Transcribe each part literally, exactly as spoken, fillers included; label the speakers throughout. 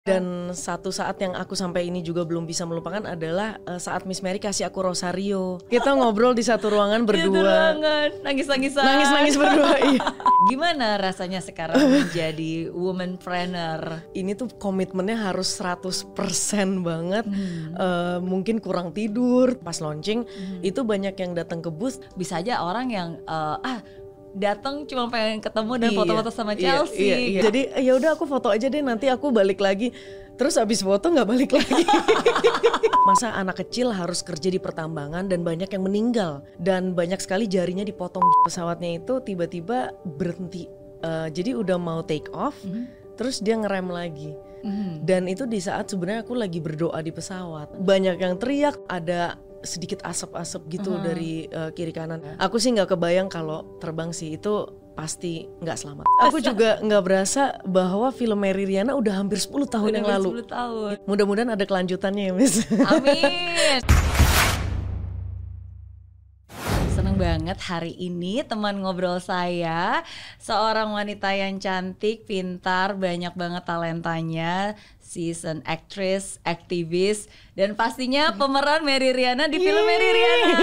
Speaker 1: Dan satu saat yang aku sampai ini juga belum bisa melupakan adalah uh, saat Miss Mary kasih aku rosario. Kita ngobrol di satu ruangan berdua. Di
Speaker 2: ruangan, nangis-nangisan.
Speaker 1: Nangis-nangis berdua, iya.
Speaker 2: Gimana rasanya sekarang menjadi womanpreneur?
Speaker 1: Ini tuh komitmennya harus seratus persen banget. Hmm. Uh, mungkin kurang tidur pas launching. Hmm. Itu banyak yang datang ke booth.
Speaker 2: Bisa aja orang yang uh, ah datang cuma pengen ketemu dan foto-foto sama Chelsea.
Speaker 1: Iya, iya, iya. Jadi ya udah aku foto aja deh, nanti aku balik lagi. Terus abis foto nggak balik lagi. Masa anak kecil harus kerja di pertambangan dan banyak yang meninggal dan banyak sekali jarinya dipotong. Pesawatnya itu tiba-tiba berhenti. Uh, jadi udah mau take off, mm-hmm. terus dia ngerem lagi. Mm-hmm. Dan itu di saat sebenarnya aku lagi berdoa di pesawat. Banyak yang teriak, ada sedikit asap-asap gitu uh-huh. dari uh, kiri kanan. Aku sih nggak kebayang kalau terbang sih, itu pasti nggak selamat. Aku juga nggak berasa bahwa film Mary Riana udah hampir sepuluh tahun udah yang lalu.
Speaker 2: sepuluh tahun.
Speaker 1: Mudah-mudahan ada kelanjutannya ya, Miss.
Speaker 2: Amin. Seneng banget hari ini teman ngobrol saya seorang wanita yang cantik, pintar, banyak banget talentanya. Season actress, aktivis, dan pastinya pemeran Mary Riana di Yeay. Film Mary Riana.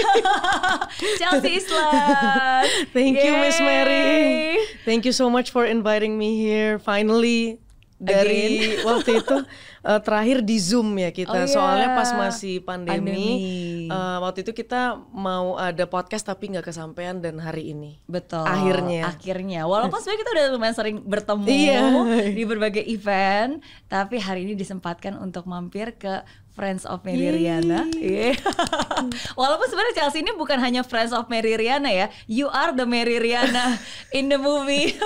Speaker 2: Chelsea Islan.
Speaker 1: Thank
Speaker 2: Yeay.
Speaker 1: you, Miss Mary. Thank you so much for inviting me here. Finally, dari Again. waktu itu uh, terakhir di Zoom ya kita. Oh, yeah. Soalnya pas masih pandemi, pandemi. Uh, waktu itu kita mau ada podcast tapi nggak kesampaian dan hari ini.
Speaker 2: Betul.
Speaker 1: Akhirnya.
Speaker 2: Akhirnya. Walaupun sebenarnya kita udah lumayan sering bertemu
Speaker 1: yeah.
Speaker 2: di berbagai event, tapi hari ini disempatkan untuk mampir ke Friends of Mary Riana. Yeah. Walaupun sebenarnya Chelsea ini bukan hanya Friends of Mary Riana ya, you are the Mary Riana in the movie.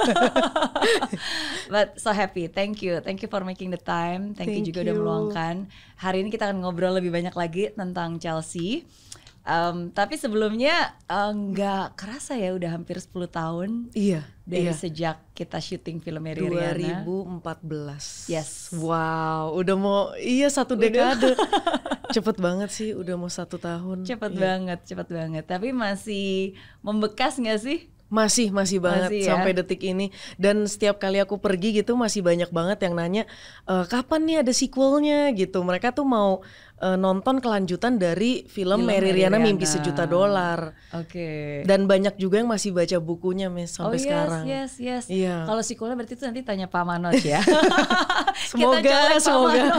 Speaker 2: But so happy, thank you, thank you for making the time, thank, thank you juga you. udah meluangkan. Hari ini kita akan ngobrol lebih banyak lagi tentang Chelsea. Um, tapi sebelumnya nggak uh, kerasa ya udah hampir sepuluh tahun.
Speaker 1: Iya.
Speaker 2: Dari
Speaker 1: iya.
Speaker 2: sejak kita syuting film Mary Riana.
Speaker 1: dua ribu empat belas.
Speaker 2: Yes.
Speaker 1: Wow, udah mau iya satu dekade. Cepet banget sih, udah mau satu tahun.
Speaker 2: Cepet
Speaker 1: iya.
Speaker 2: banget, cepet banget. Tapi masih membekas nggak sih?
Speaker 1: Masih, masih banget masih, ya? Sampai detik ini. Dan setiap kali aku pergi gitu masih banyak banget yang nanya, e, kapan nih ada sequelnya gitu. Mereka tuh mau uh, nonton kelanjutan dari film, film Mary Riana Mimpi Sejuta Dolar.
Speaker 2: Oke. Okay.
Speaker 1: Dan banyak juga yang masih baca bukunya, Miss, sampai
Speaker 2: oh, yes,
Speaker 1: sekarang.
Speaker 2: Oh yes, yes, yes.
Speaker 1: Iya.
Speaker 2: Kalau sequelnya berarti itu nanti tanya Pak Manoj ya.
Speaker 1: Semoga, semoga.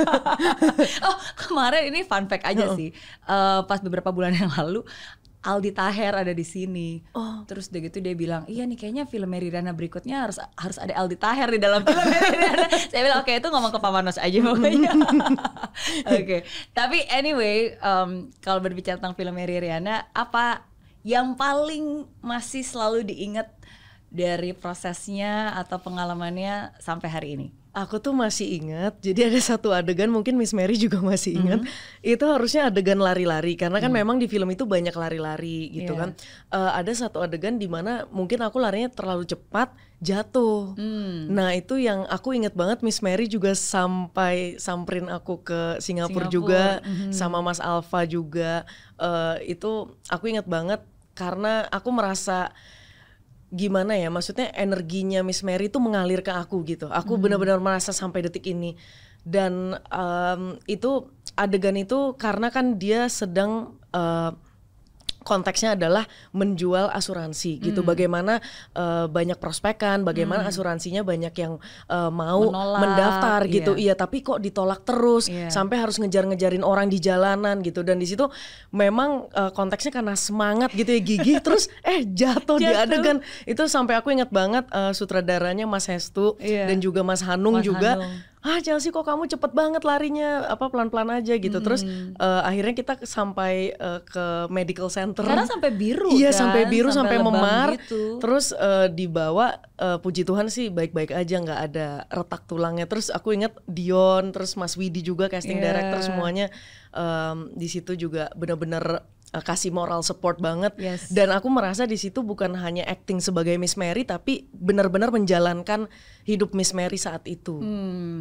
Speaker 2: Oh, kemarin ini fun fact aja oh. sih. Uh, pas beberapa bulan yang lalu, Aldi Taher ada di sini. Oh. Terus udah gitu dia bilang, iya nih kayaknya film Mary Riana berikutnya harus harus ada Aldi Taher di dalam film Mary Riana. Saya bilang oke okay, itu ngomong ke Pak Manos aja pokoknya. Oke. Okay. Tapi anyway, um, kalau berbicara tentang film Mary Riana, apa yang paling masih selalu diingat dari prosesnya atau pengalamannya sampai hari ini?
Speaker 1: Aku tuh masih ingat, jadi ada satu adegan mungkin Miss Mary juga masih ingat. Mm-hmm. Itu harusnya adegan lari-lari karena kan mm. memang di film itu banyak lari-lari gitu yeah. kan. Uh, ada satu adegan di mana mungkin aku larinya terlalu cepat, jatuh. Mm. Nah itu yang aku ingat banget. Miss Mary juga sampai samperin aku ke Singapura, Singapura. juga, mm-hmm. sama Mas Alfa juga. Uh, itu aku ingat banget karena aku merasa gimana ya, maksudnya energinya Miss Mary itu mengalir ke aku gitu. Aku hmm. benar-benar merasa sampai detik ini. Dan um, itu adegan itu karena kan dia sedang uh, konteksnya adalah menjual asuransi gitu. Hmm. Bagaimana uh, banyak prospekan, bagaimana hmm. asuransinya banyak yang uh, mau menolak, mendaftar gitu. Iya. Iya, tapi kok ditolak terus yeah. sampai harus ngejar-ngejarin orang di jalanan gitu. Dan di situ memang uh, konteksnya karena semangat gitu ya, gigih terus eh jatuh, jatuh di adegan. Itu sampai aku ingat banget uh, sutradaranya Mas Hestu yeah. dan juga Mas Hanung Mas juga. Hanung. Ah Chelsea kok kamu cepet banget larinya, apa pelan-pelan aja gitu. Hmm. Terus uh, akhirnya kita sampai uh, ke medical center.
Speaker 2: Karena sampai biru
Speaker 1: iya,
Speaker 2: kan?
Speaker 1: sampai biru, sampai, sampai memar
Speaker 2: gitu.
Speaker 1: Terus uh, dibawa, uh, puji Tuhan sih baik-baik aja, gak ada retak tulangnya. Terus aku ingat Dion, terus Mas Widi juga casting yeah. director semuanya um, di situ juga benar-benar uh, kasih moral support banget. Yes. Dan aku merasa di situ bukan hanya acting sebagai Miss Mary, tapi benar-benar menjalankan hidup Miss Mary saat itu.
Speaker 2: Hmm.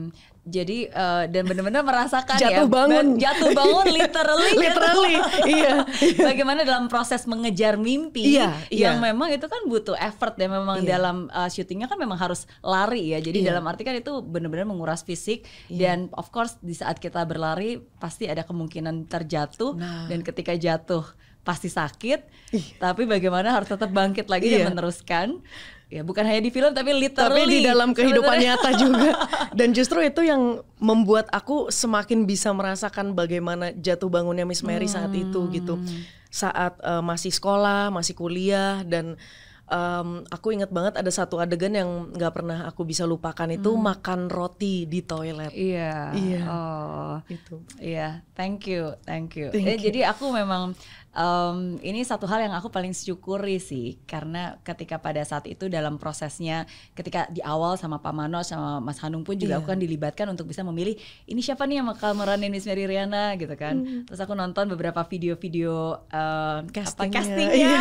Speaker 2: Jadi uh, dan benar-benar merasakan
Speaker 1: jatuh
Speaker 2: ya
Speaker 1: bangun.
Speaker 2: jatuh bangun literally
Speaker 1: literally iya
Speaker 2: bagaimana dalam proses mengejar mimpi
Speaker 1: iya,
Speaker 2: yang
Speaker 1: iya.
Speaker 2: memang itu kan butuh effort dan memang
Speaker 1: iya.
Speaker 2: dalam uh, syutingnya kan memang harus lari ya. Jadi
Speaker 1: iya.
Speaker 2: dalam arti kan itu benar-benar menguras fisik
Speaker 1: iya.
Speaker 2: dan of course di saat kita berlari pasti ada kemungkinan terjatuh
Speaker 1: nah.
Speaker 2: dan ketika jatuh pasti sakit. Ih. Tapi bagaimana harus tetap bangkit lagi
Speaker 1: iya.
Speaker 2: dan meneruskan. Ya bukan hanya di film tapi literally
Speaker 1: tapi di dalam kehidupan
Speaker 2: sebenarnya.
Speaker 1: nyata juga. Dan justru itu yang membuat aku semakin bisa merasakan bagaimana jatuh bangunnya Miss Mary hmm. saat itu gitu. Saat uh, masih sekolah, masih kuliah dan um, aku ingat banget ada satu adegan yang nggak pernah aku bisa lupakan itu hmm. makan roti di toilet.
Speaker 2: Iya.
Speaker 1: Iya.
Speaker 2: Oh.
Speaker 1: Itu.
Speaker 2: Iya. Thank you, thank you.
Speaker 1: Thank
Speaker 2: eh,
Speaker 1: you.
Speaker 2: Jadi aku memang Um, ini satu hal yang aku paling syukuri sih, karena ketika pada saat itu dalam prosesnya, ketika di awal sama Pak Mano sama Mas Hanung pun juga yeah. aku kan dilibatkan untuk bisa memilih ini siapa nih yang bakal meranin Miss Mary Riana gitu kan. Mm. Terus aku nonton beberapa video-video uh,
Speaker 1: castingnya,
Speaker 2: castingnya.
Speaker 1: Iya.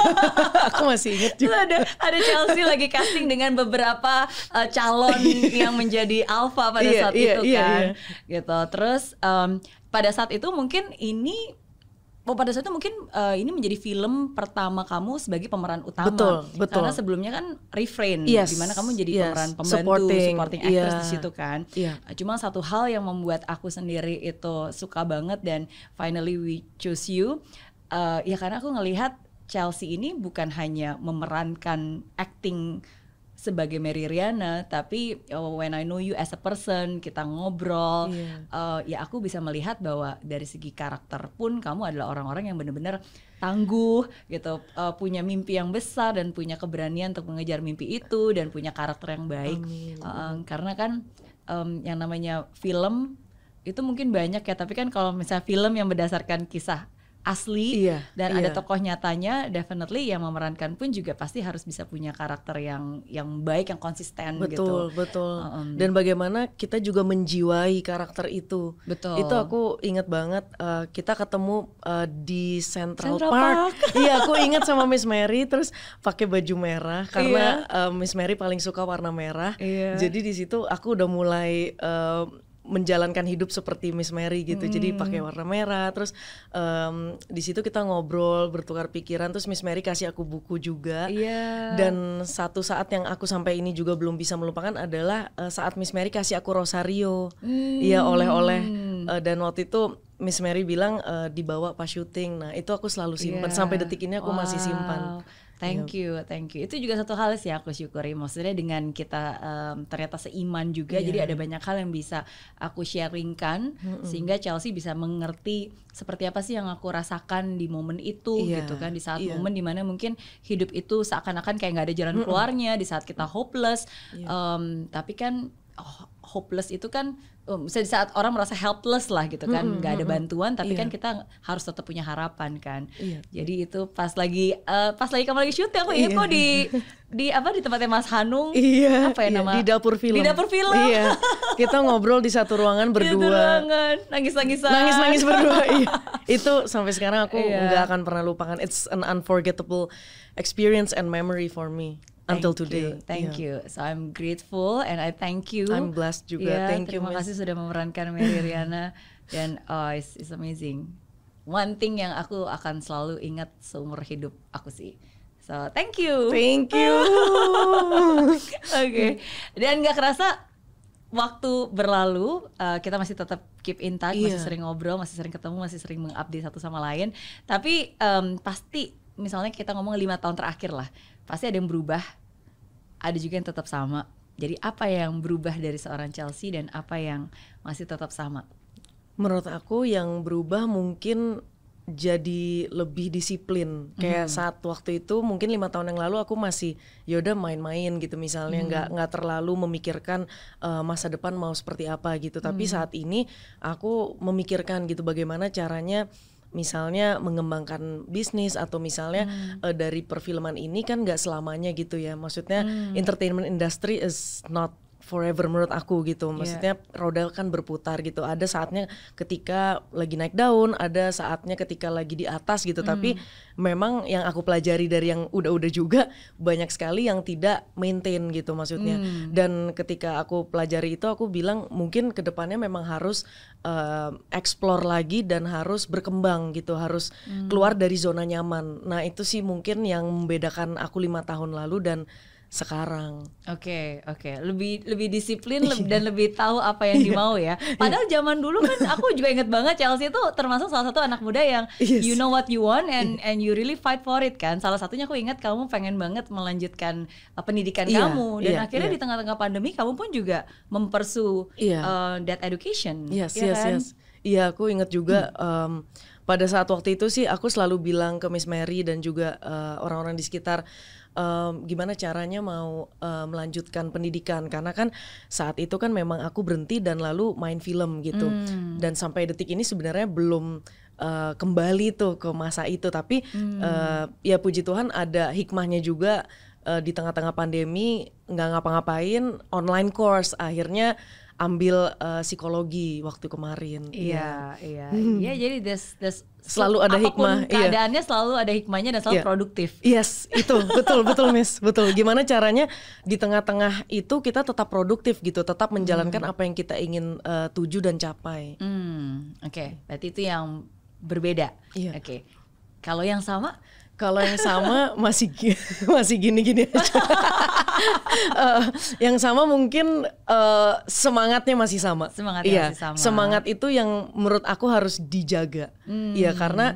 Speaker 1: Aku masih ingat juga.
Speaker 2: ada ada Chelsea lagi casting dengan beberapa uh, calon yang menjadi alpha pada
Speaker 1: yeah,
Speaker 2: saat
Speaker 1: yeah,
Speaker 2: itu
Speaker 1: yeah,
Speaker 2: kan,
Speaker 1: yeah.
Speaker 2: gitu. Terus um, pada saat itu mungkin ini Oh, pada saat itu mungkin uh, ini menjadi film pertama kamu sebagai pemeran utama.
Speaker 1: Betul, betul.
Speaker 2: Karena sebelumnya kan refrain,
Speaker 1: yes,
Speaker 2: di mana kamu jadi
Speaker 1: yes.
Speaker 2: pemeran pembantu,
Speaker 1: supporting,
Speaker 2: supporting actress
Speaker 1: yeah.
Speaker 2: di situ kan.
Speaker 1: Yeah.
Speaker 2: Cuma satu hal yang membuat aku sendiri itu suka banget dan finally we choose you, uh, ya karena aku ngelihat Chelsea ini bukan hanya memerankan acting sebagai Mary Riana, tapi oh, when I know you as a person, kita ngobrol, yeah. uh, ya aku bisa melihat bahwa dari segi karakter pun kamu adalah orang-orang yang benar-benar tangguh gitu, uh, punya mimpi yang besar dan punya keberanian untuk mengejar mimpi itu dan punya karakter yang baik. Uh, karena kan um, yang namanya film itu mungkin banyak ya, tapi kan kalau misalnya film yang berdasarkan kisah asli
Speaker 1: iya,
Speaker 2: dan
Speaker 1: iya.
Speaker 2: ada tokoh nyatanya, definitely yang memerankan pun juga pasti harus bisa punya karakter yang yang baik, yang konsisten.
Speaker 1: Betul,
Speaker 2: gitu.
Speaker 1: betul.
Speaker 2: Um,
Speaker 1: dan bagaimana kita juga menjiwai karakter itu.
Speaker 2: Betul.
Speaker 1: Itu aku ingat banget uh, kita ketemu uh, di Central,
Speaker 2: Central
Speaker 1: Park.
Speaker 2: Park.
Speaker 1: Iya, aku ingat sama Miss Mary terus pakai baju merah karena yeah. uh, Miss Mary paling suka warna merah.
Speaker 2: Yeah.
Speaker 1: Jadi di situ aku udah mulai uh, menjalankan hidup seperti Miss Mary gitu. Hmm. Jadi pakai warna merah. Terus um, di situ kita ngobrol, bertukar pikiran. Terus Miss Mary kasih aku buku juga.
Speaker 2: Yeah.
Speaker 1: Dan satu saat yang aku sampai ini juga belum bisa melupakan adalah uh, saat Miss Mary kasih aku rosario. Iya, hmm. oleh-oleh. Uh, dan waktu itu Miss Mary bilang uh, dibawa pas syuting. Nah itu aku selalu simpan. Yeah. Sampai detik ini aku wow. masih simpan.
Speaker 2: Thank you, thank you. Itu juga satu hal sih aku syukuri. Maksudnya dengan kita um, ternyata seiman juga, yeah. jadi ada banyak hal yang bisa aku sharingkan, mm-hmm. sehingga Chelsea bisa mengerti seperti apa sih yang aku rasakan di momen itu, yeah. gitu kan. Di saat yeah. momen dimana mungkin hidup itu seakan-akan kayak nggak ada jalan mm-hmm. keluarnya, di saat kita hopeless. Yeah. Um, tapi kan oh, hopeless itu kan Um, misalnya di saat orang merasa helpless lah gitu kan, nggak mm-hmm, ada bantuan, tapi yeah. kan kita harus tetap punya harapan kan. Yeah. Jadi itu pas lagi uh, pas lagi kamu lagi syuting, aku ingat yeah. kok di di apa di tempatnya Mas Hanung,
Speaker 1: yeah,
Speaker 2: apa ya
Speaker 1: yeah,
Speaker 2: nama?
Speaker 1: Di dapur film.
Speaker 2: Di dapur film.
Speaker 1: Iya. Kita ngobrol di satu ruangan berdua. Di satu ruangan,
Speaker 2: nangis-nangisan.
Speaker 1: Nangis-nangis berdua. Iya. Itu sampai sekarang aku
Speaker 2: yeah.
Speaker 1: nggak akan pernah lupakan. It's an unforgettable experience and memory for me.
Speaker 2: Thank
Speaker 1: Until today.
Speaker 2: You, thank
Speaker 1: yeah.
Speaker 2: you. So I'm grateful and I thank you.
Speaker 1: I'm blessed juga.
Speaker 2: Yeah,
Speaker 1: thank
Speaker 2: terima
Speaker 1: you.
Speaker 2: Terima kasih sudah memerankan Mary Riana dan oh, it's, it's amazing. One thing yang aku akan selalu ingat seumur hidup aku sih. So thank you.
Speaker 1: Thank you.
Speaker 2: Oke. Okay. Dan nggak kerasa waktu berlalu, uh, kita masih tetap keep in touch, yeah. masih sering ngobrol, masih sering ketemu, masih sering mengupdate satu sama lain. Tapi um, pasti misalnya kita ngomong lima tahun terakhir lah, pasti ada yang berubah, ada juga yang tetap sama. Jadi apa yang berubah dari seorang Chelsea dan apa yang masih tetap sama? Menurut
Speaker 1: aku yang berubah mungkin jadi lebih disiplin. Kayak mm. saat waktu itu mungkin lima tahun yang lalu aku masih yaudah main-main gitu misalnya, nggak mm. nggak terlalu memikirkan uh, masa depan mau seperti apa gitu. Tapi mm. saat ini aku memikirkan gitu bagaimana caranya. Misalnya mengembangkan bisnis atau misalnya hmm. uh, dari perfilman ini kan nggak selamanya gitu ya. Maksudnya hmm. entertainment industry is not forever menurut aku gitu. Maksudnya yeah. roda kan berputar gitu. Ada saatnya ketika lagi naik daun, ada saatnya ketika lagi di atas gitu. Mm. Tapi memang yang aku pelajari dari yang udah-udah juga banyak sekali yang tidak maintain gitu maksudnya. Mm. Dan ketika aku pelajari itu aku bilang mungkin kedepannya memang harus uh, explore lagi dan harus berkembang gitu. Harus mm. keluar dari zona nyaman. Nah itu sih mungkin yang membedakan aku lima tahun lalu dan sekarang.
Speaker 2: Oke, okay, oke. Okay. Lebih lebih disiplin lebih, dan lebih tahu apa yang dimau ya. Padahal zaman dulu kan aku juga inget banget Chelsea itu termasuk salah satu anak muda yang yes. you know what you want and and you really fight for it kan. Salah satunya aku ingat kamu pengen banget melanjutkan uh, pendidikan yeah, kamu dan yeah, akhirnya yeah. di tengah-tengah pandemi kamu pun juga mempersu yeah. uh, that education.
Speaker 1: Yes, ya yes, kan? yes. Iya, aku ingat juga hmm. um, pada saat waktu itu sih aku selalu bilang ke Miss Mary dan juga uh, orang-orang di sekitar Um, gimana caranya mau um, melanjutkan pendidikan karena kan saat itu kan memang aku berhenti dan lalu main film gitu mm. dan sampai detik ini sebenarnya belum uh, kembali tuh ke masa itu tapi mm. uh, ya puji Tuhan ada hikmahnya juga uh, di tengah-tengah pandemi nggak ngapa-ngapain online course akhirnya ambil uh, psikologi waktu kemarin.
Speaker 2: Iya, iya. Iya, jadi there's, there's
Speaker 1: selalu ada hikmah.
Speaker 2: Keadaannya
Speaker 1: iya.
Speaker 2: selalu ada hikmahnya dan selalu yeah. produktif.
Speaker 1: Yes, itu betul betul Miss, betul. Gimana caranya di tengah-tengah itu kita tetap produktif gitu, tetap menjalankan hmm. apa yang kita ingin uh, tuju dan capai.
Speaker 2: Hmm, oke. Okay. Berarti itu yang berbeda.
Speaker 1: Yeah.
Speaker 2: Oke. Okay. Kalau yang sama?
Speaker 1: Kalau yang sama masih masih gini-gini aja. uh, yang sama mungkin uh, semangatnya masih sama.
Speaker 2: Semangatnya
Speaker 1: iya,
Speaker 2: masih sama.
Speaker 1: Semangat itu yang menurut aku harus dijaga. Iya, hmm. karena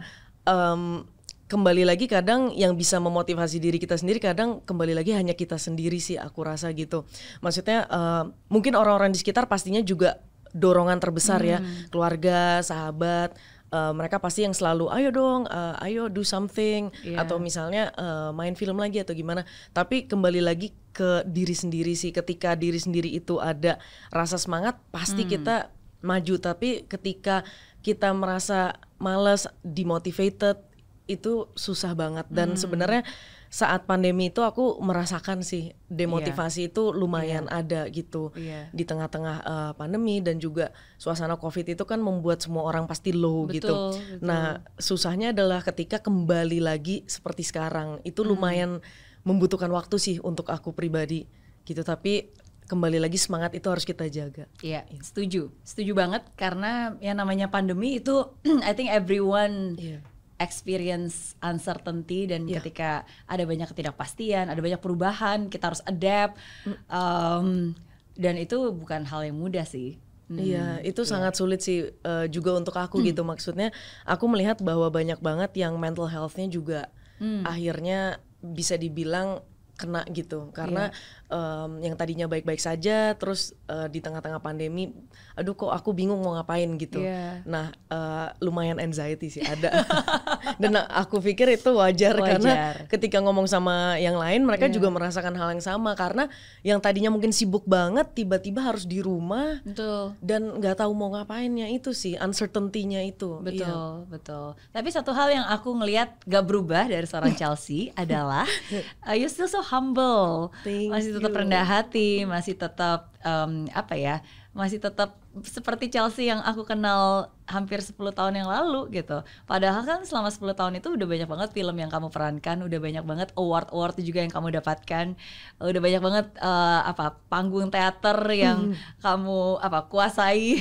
Speaker 1: um, kembali lagi kadang yang bisa memotivasi diri kita sendiri kadang kembali lagi hanya kita sendiri sih aku rasa gitu. Maksudnya uh, mungkin orang-orang di sekitar pastinya juga dorongan terbesar hmm. ya, keluarga, sahabat. Uh, mereka pasti yang selalu ayo dong, uh, ayo do something yeah. atau misalnya uh, main film lagi atau gimana. Tapi kembali lagi ke diri sendiri sih. Ketika diri sendiri itu ada rasa semangat, pasti hmm. kita maju. Tapi ketika kita merasa malas, demotivated, itu susah banget. Dan hmm. sebenarnya saat pandemi itu aku merasakan sih demotivasi yeah. itu lumayan yeah. ada gitu yeah. di tengah-tengah uh, pandemi dan juga suasana COVID itu kan membuat semua orang pasti low
Speaker 2: betul,
Speaker 1: gitu.
Speaker 2: Betul.
Speaker 1: Nah susahnya adalah ketika kembali lagi seperti sekarang itu hmm. lumayan membutuhkan waktu sih untuk aku pribadi gitu. Tapi kembali lagi semangat itu harus kita jaga.
Speaker 2: Iya, yeah, setuju, setuju banget karena yang namanya pandemi itu I think everyone yeah. experience uncertainty dan yeah. ketika ada banyak ketidakpastian, ada banyak perubahan, kita harus adapt mm. um, dan itu bukan hal yang mudah sih.
Speaker 1: Iya, hmm, itu yeah. sangat sulit sih uh, juga untuk aku hmm. gitu. Maksudnya aku melihat bahwa banyak banget yang mental health-nya juga hmm. akhirnya bisa dibilang kena gitu karena yeah. um, yang tadinya baik-baik saja terus uh, di tengah-tengah pandemi aduh kok aku bingung mau ngapain gitu yeah. nah uh, lumayan anxiety sih ada dan aku pikir itu wajar, wajar karena ketika ngomong sama yang lain mereka yeah. juga merasakan hal yang sama karena yang tadinya mungkin sibuk banget tiba-tiba harus di rumah
Speaker 2: betul. Dan
Speaker 1: nggak tahu mau ngapainnya itu sih uncertainty-nya itu
Speaker 2: betul yeah. betul tapi satu hal yang aku ngelihat gak berubah dari seorang Chelsea adalah uh, you still so humble,
Speaker 1: Thank
Speaker 2: masih tetap
Speaker 1: you.
Speaker 2: rendah hati, masih tetap um, apa ya, masih tetap seperti Chelsea yang aku kenal hampir sepuluh tahun yang lalu gitu. Padahal kan selama sepuluh tahun itu udah banyak banget film yang kamu perankan, udah banyak banget award-award juga yang kamu dapatkan, udah banyak banget uh, apa panggung teater yang hmm. kamu apa kuasai.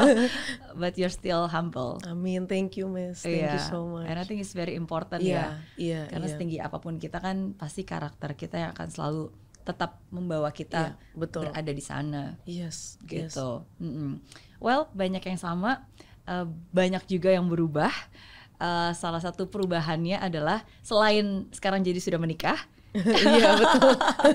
Speaker 2: But you're still humble.
Speaker 1: I mean, thank you, Miss. Thank yeah. you so much.
Speaker 2: And I think it's very important
Speaker 1: yeah,
Speaker 2: ya.
Speaker 1: Yeah,
Speaker 2: Karena
Speaker 1: yeah.
Speaker 2: setinggi apapun kita kan pasti karakter kita yang akan selalu tetap membawa kita
Speaker 1: yeah, betul.
Speaker 2: berada di sana.
Speaker 1: Yes,
Speaker 2: gitu.
Speaker 1: Yes.
Speaker 2: Mm-mm. Well, banyak yang sama, uh, banyak juga yang berubah. Uh, salah satu perubahannya adalah selain sekarang jadi sudah menikah.
Speaker 1: Iya betul.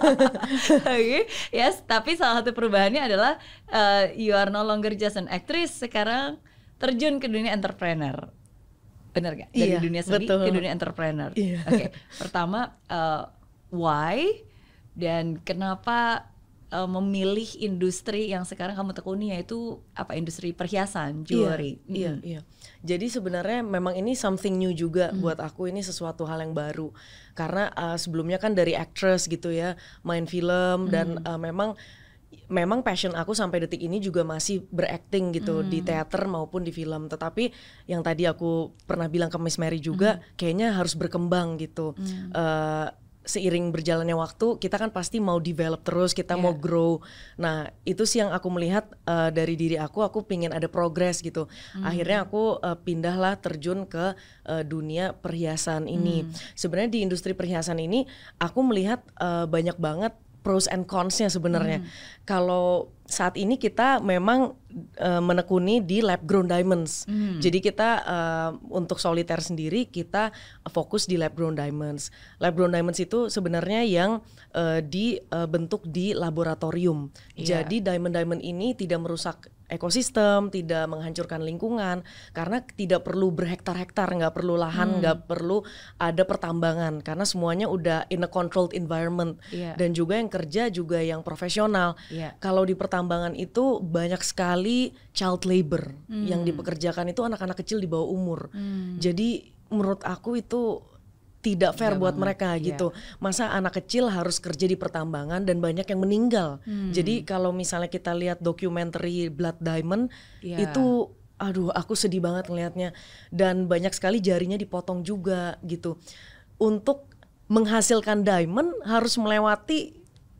Speaker 2: Okay. Yes, tapi salah satu perubahannya adalah uh, you are no longer just an actress, sekarang terjun ke dunia entrepreneur. Benar gak? Dari
Speaker 1: iya,
Speaker 2: dunia seni
Speaker 1: betul.
Speaker 2: ke dunia entrepreneur.
Speaker 1: Iya.
Speaker 2: Oke, okay. Pertama uh, why dan kenapa uh, memilih industri yang sekarang kamu tekuni, yaitu apa, industri perhiasan, jewelry.
Speaker 1: Iya, mm. iya, iya. Jadi sebenarnya memang ini something new juga mm. buat aku, ini sesuatu hal yang baru. Karena uh, sebelumnya kan dari actress gitu ya, main film mm. dan uh, memang memang passion aku sampai detik ini juga masih berakting gitu
Speaker 2: Hmm.
Speaker 1: di teater maupun di film. Tetapi yang tadi aku pernah bilang ke Miss Mary juga,
Speaker 2: Hmm.
Speaker 1: kayaknya harus berkembang gitu.
Speaker 2: Hmm.
Speaker 1: Uh, seiring berjalannya waktu kita kan pasti mau develop terus, kita
Speaker 2: Yeah.
Speaker 1: mau grow. Nah itu sih yang aku melihat uh, dari diri aku, aku pengen ada progress gitu.
Speaker 2: Hmm.
Speaker 1: Akhirnya aku uh, pindahlah terjun ke uh, dunia perhiasan ini.
Speaker 2: Hmm.
Speaker 1: Sebenarnya di industri perhiasan ini aku melihat uh, banyak banget pros and cons-nya sebenarnya.
Speaker 2: Hmm.
Speaker 1: Kalau saat ini kita memang uh, menekuni di lab grown diamonds.
Speaker 2: Hmm.
Speaker 1: Jadi kita uh, untuk solitaire sendiri kita fokus di lab grown diamonds. Lab grown diamonds itu sebenarnya yang uh, dibentuk uh, di laboratorium.
Speaker 2: Yeah.
Speaker 1: Jadi diamond-diamond ini tidak merusak ekosistem, tidak menghancurkan lingkungan karena tidak perlu berhektar-hektar, nggak perlu lahan, nggak hmm. perlu ada pertambangan karena semuanya udah in a controlled environment.
Speaker 2: Yeah.
Speaker 1: Dan juga yang kerja juga yang profesional.
Speaker 2: Yeah.
Speaker 1: Kalau di pertambangan itu banyak sekali child labor hmm. yang dipekerjakan itu anak-anak kecil di bawah umur. Hmm. Jadi menurut aku itu tidak fair
Speaker 2: Gak
Speaker 1: buat
Speaker 2: banget,
Speaker 1: mereka
Speaker 2: yeah.
Speaker 1: gitu. Masa anak kecil harus kerja di pertambangan dan banyak yang meninggal. Hmm. Jadi kalau misalnya kita lihat dokumenter Blood Diamond yeah. itu aduh aku sedih banget ngelihatnya, dan banyak sekali jarinya dipotong juga gitu. Untuk menghasilkan diamond harus melewati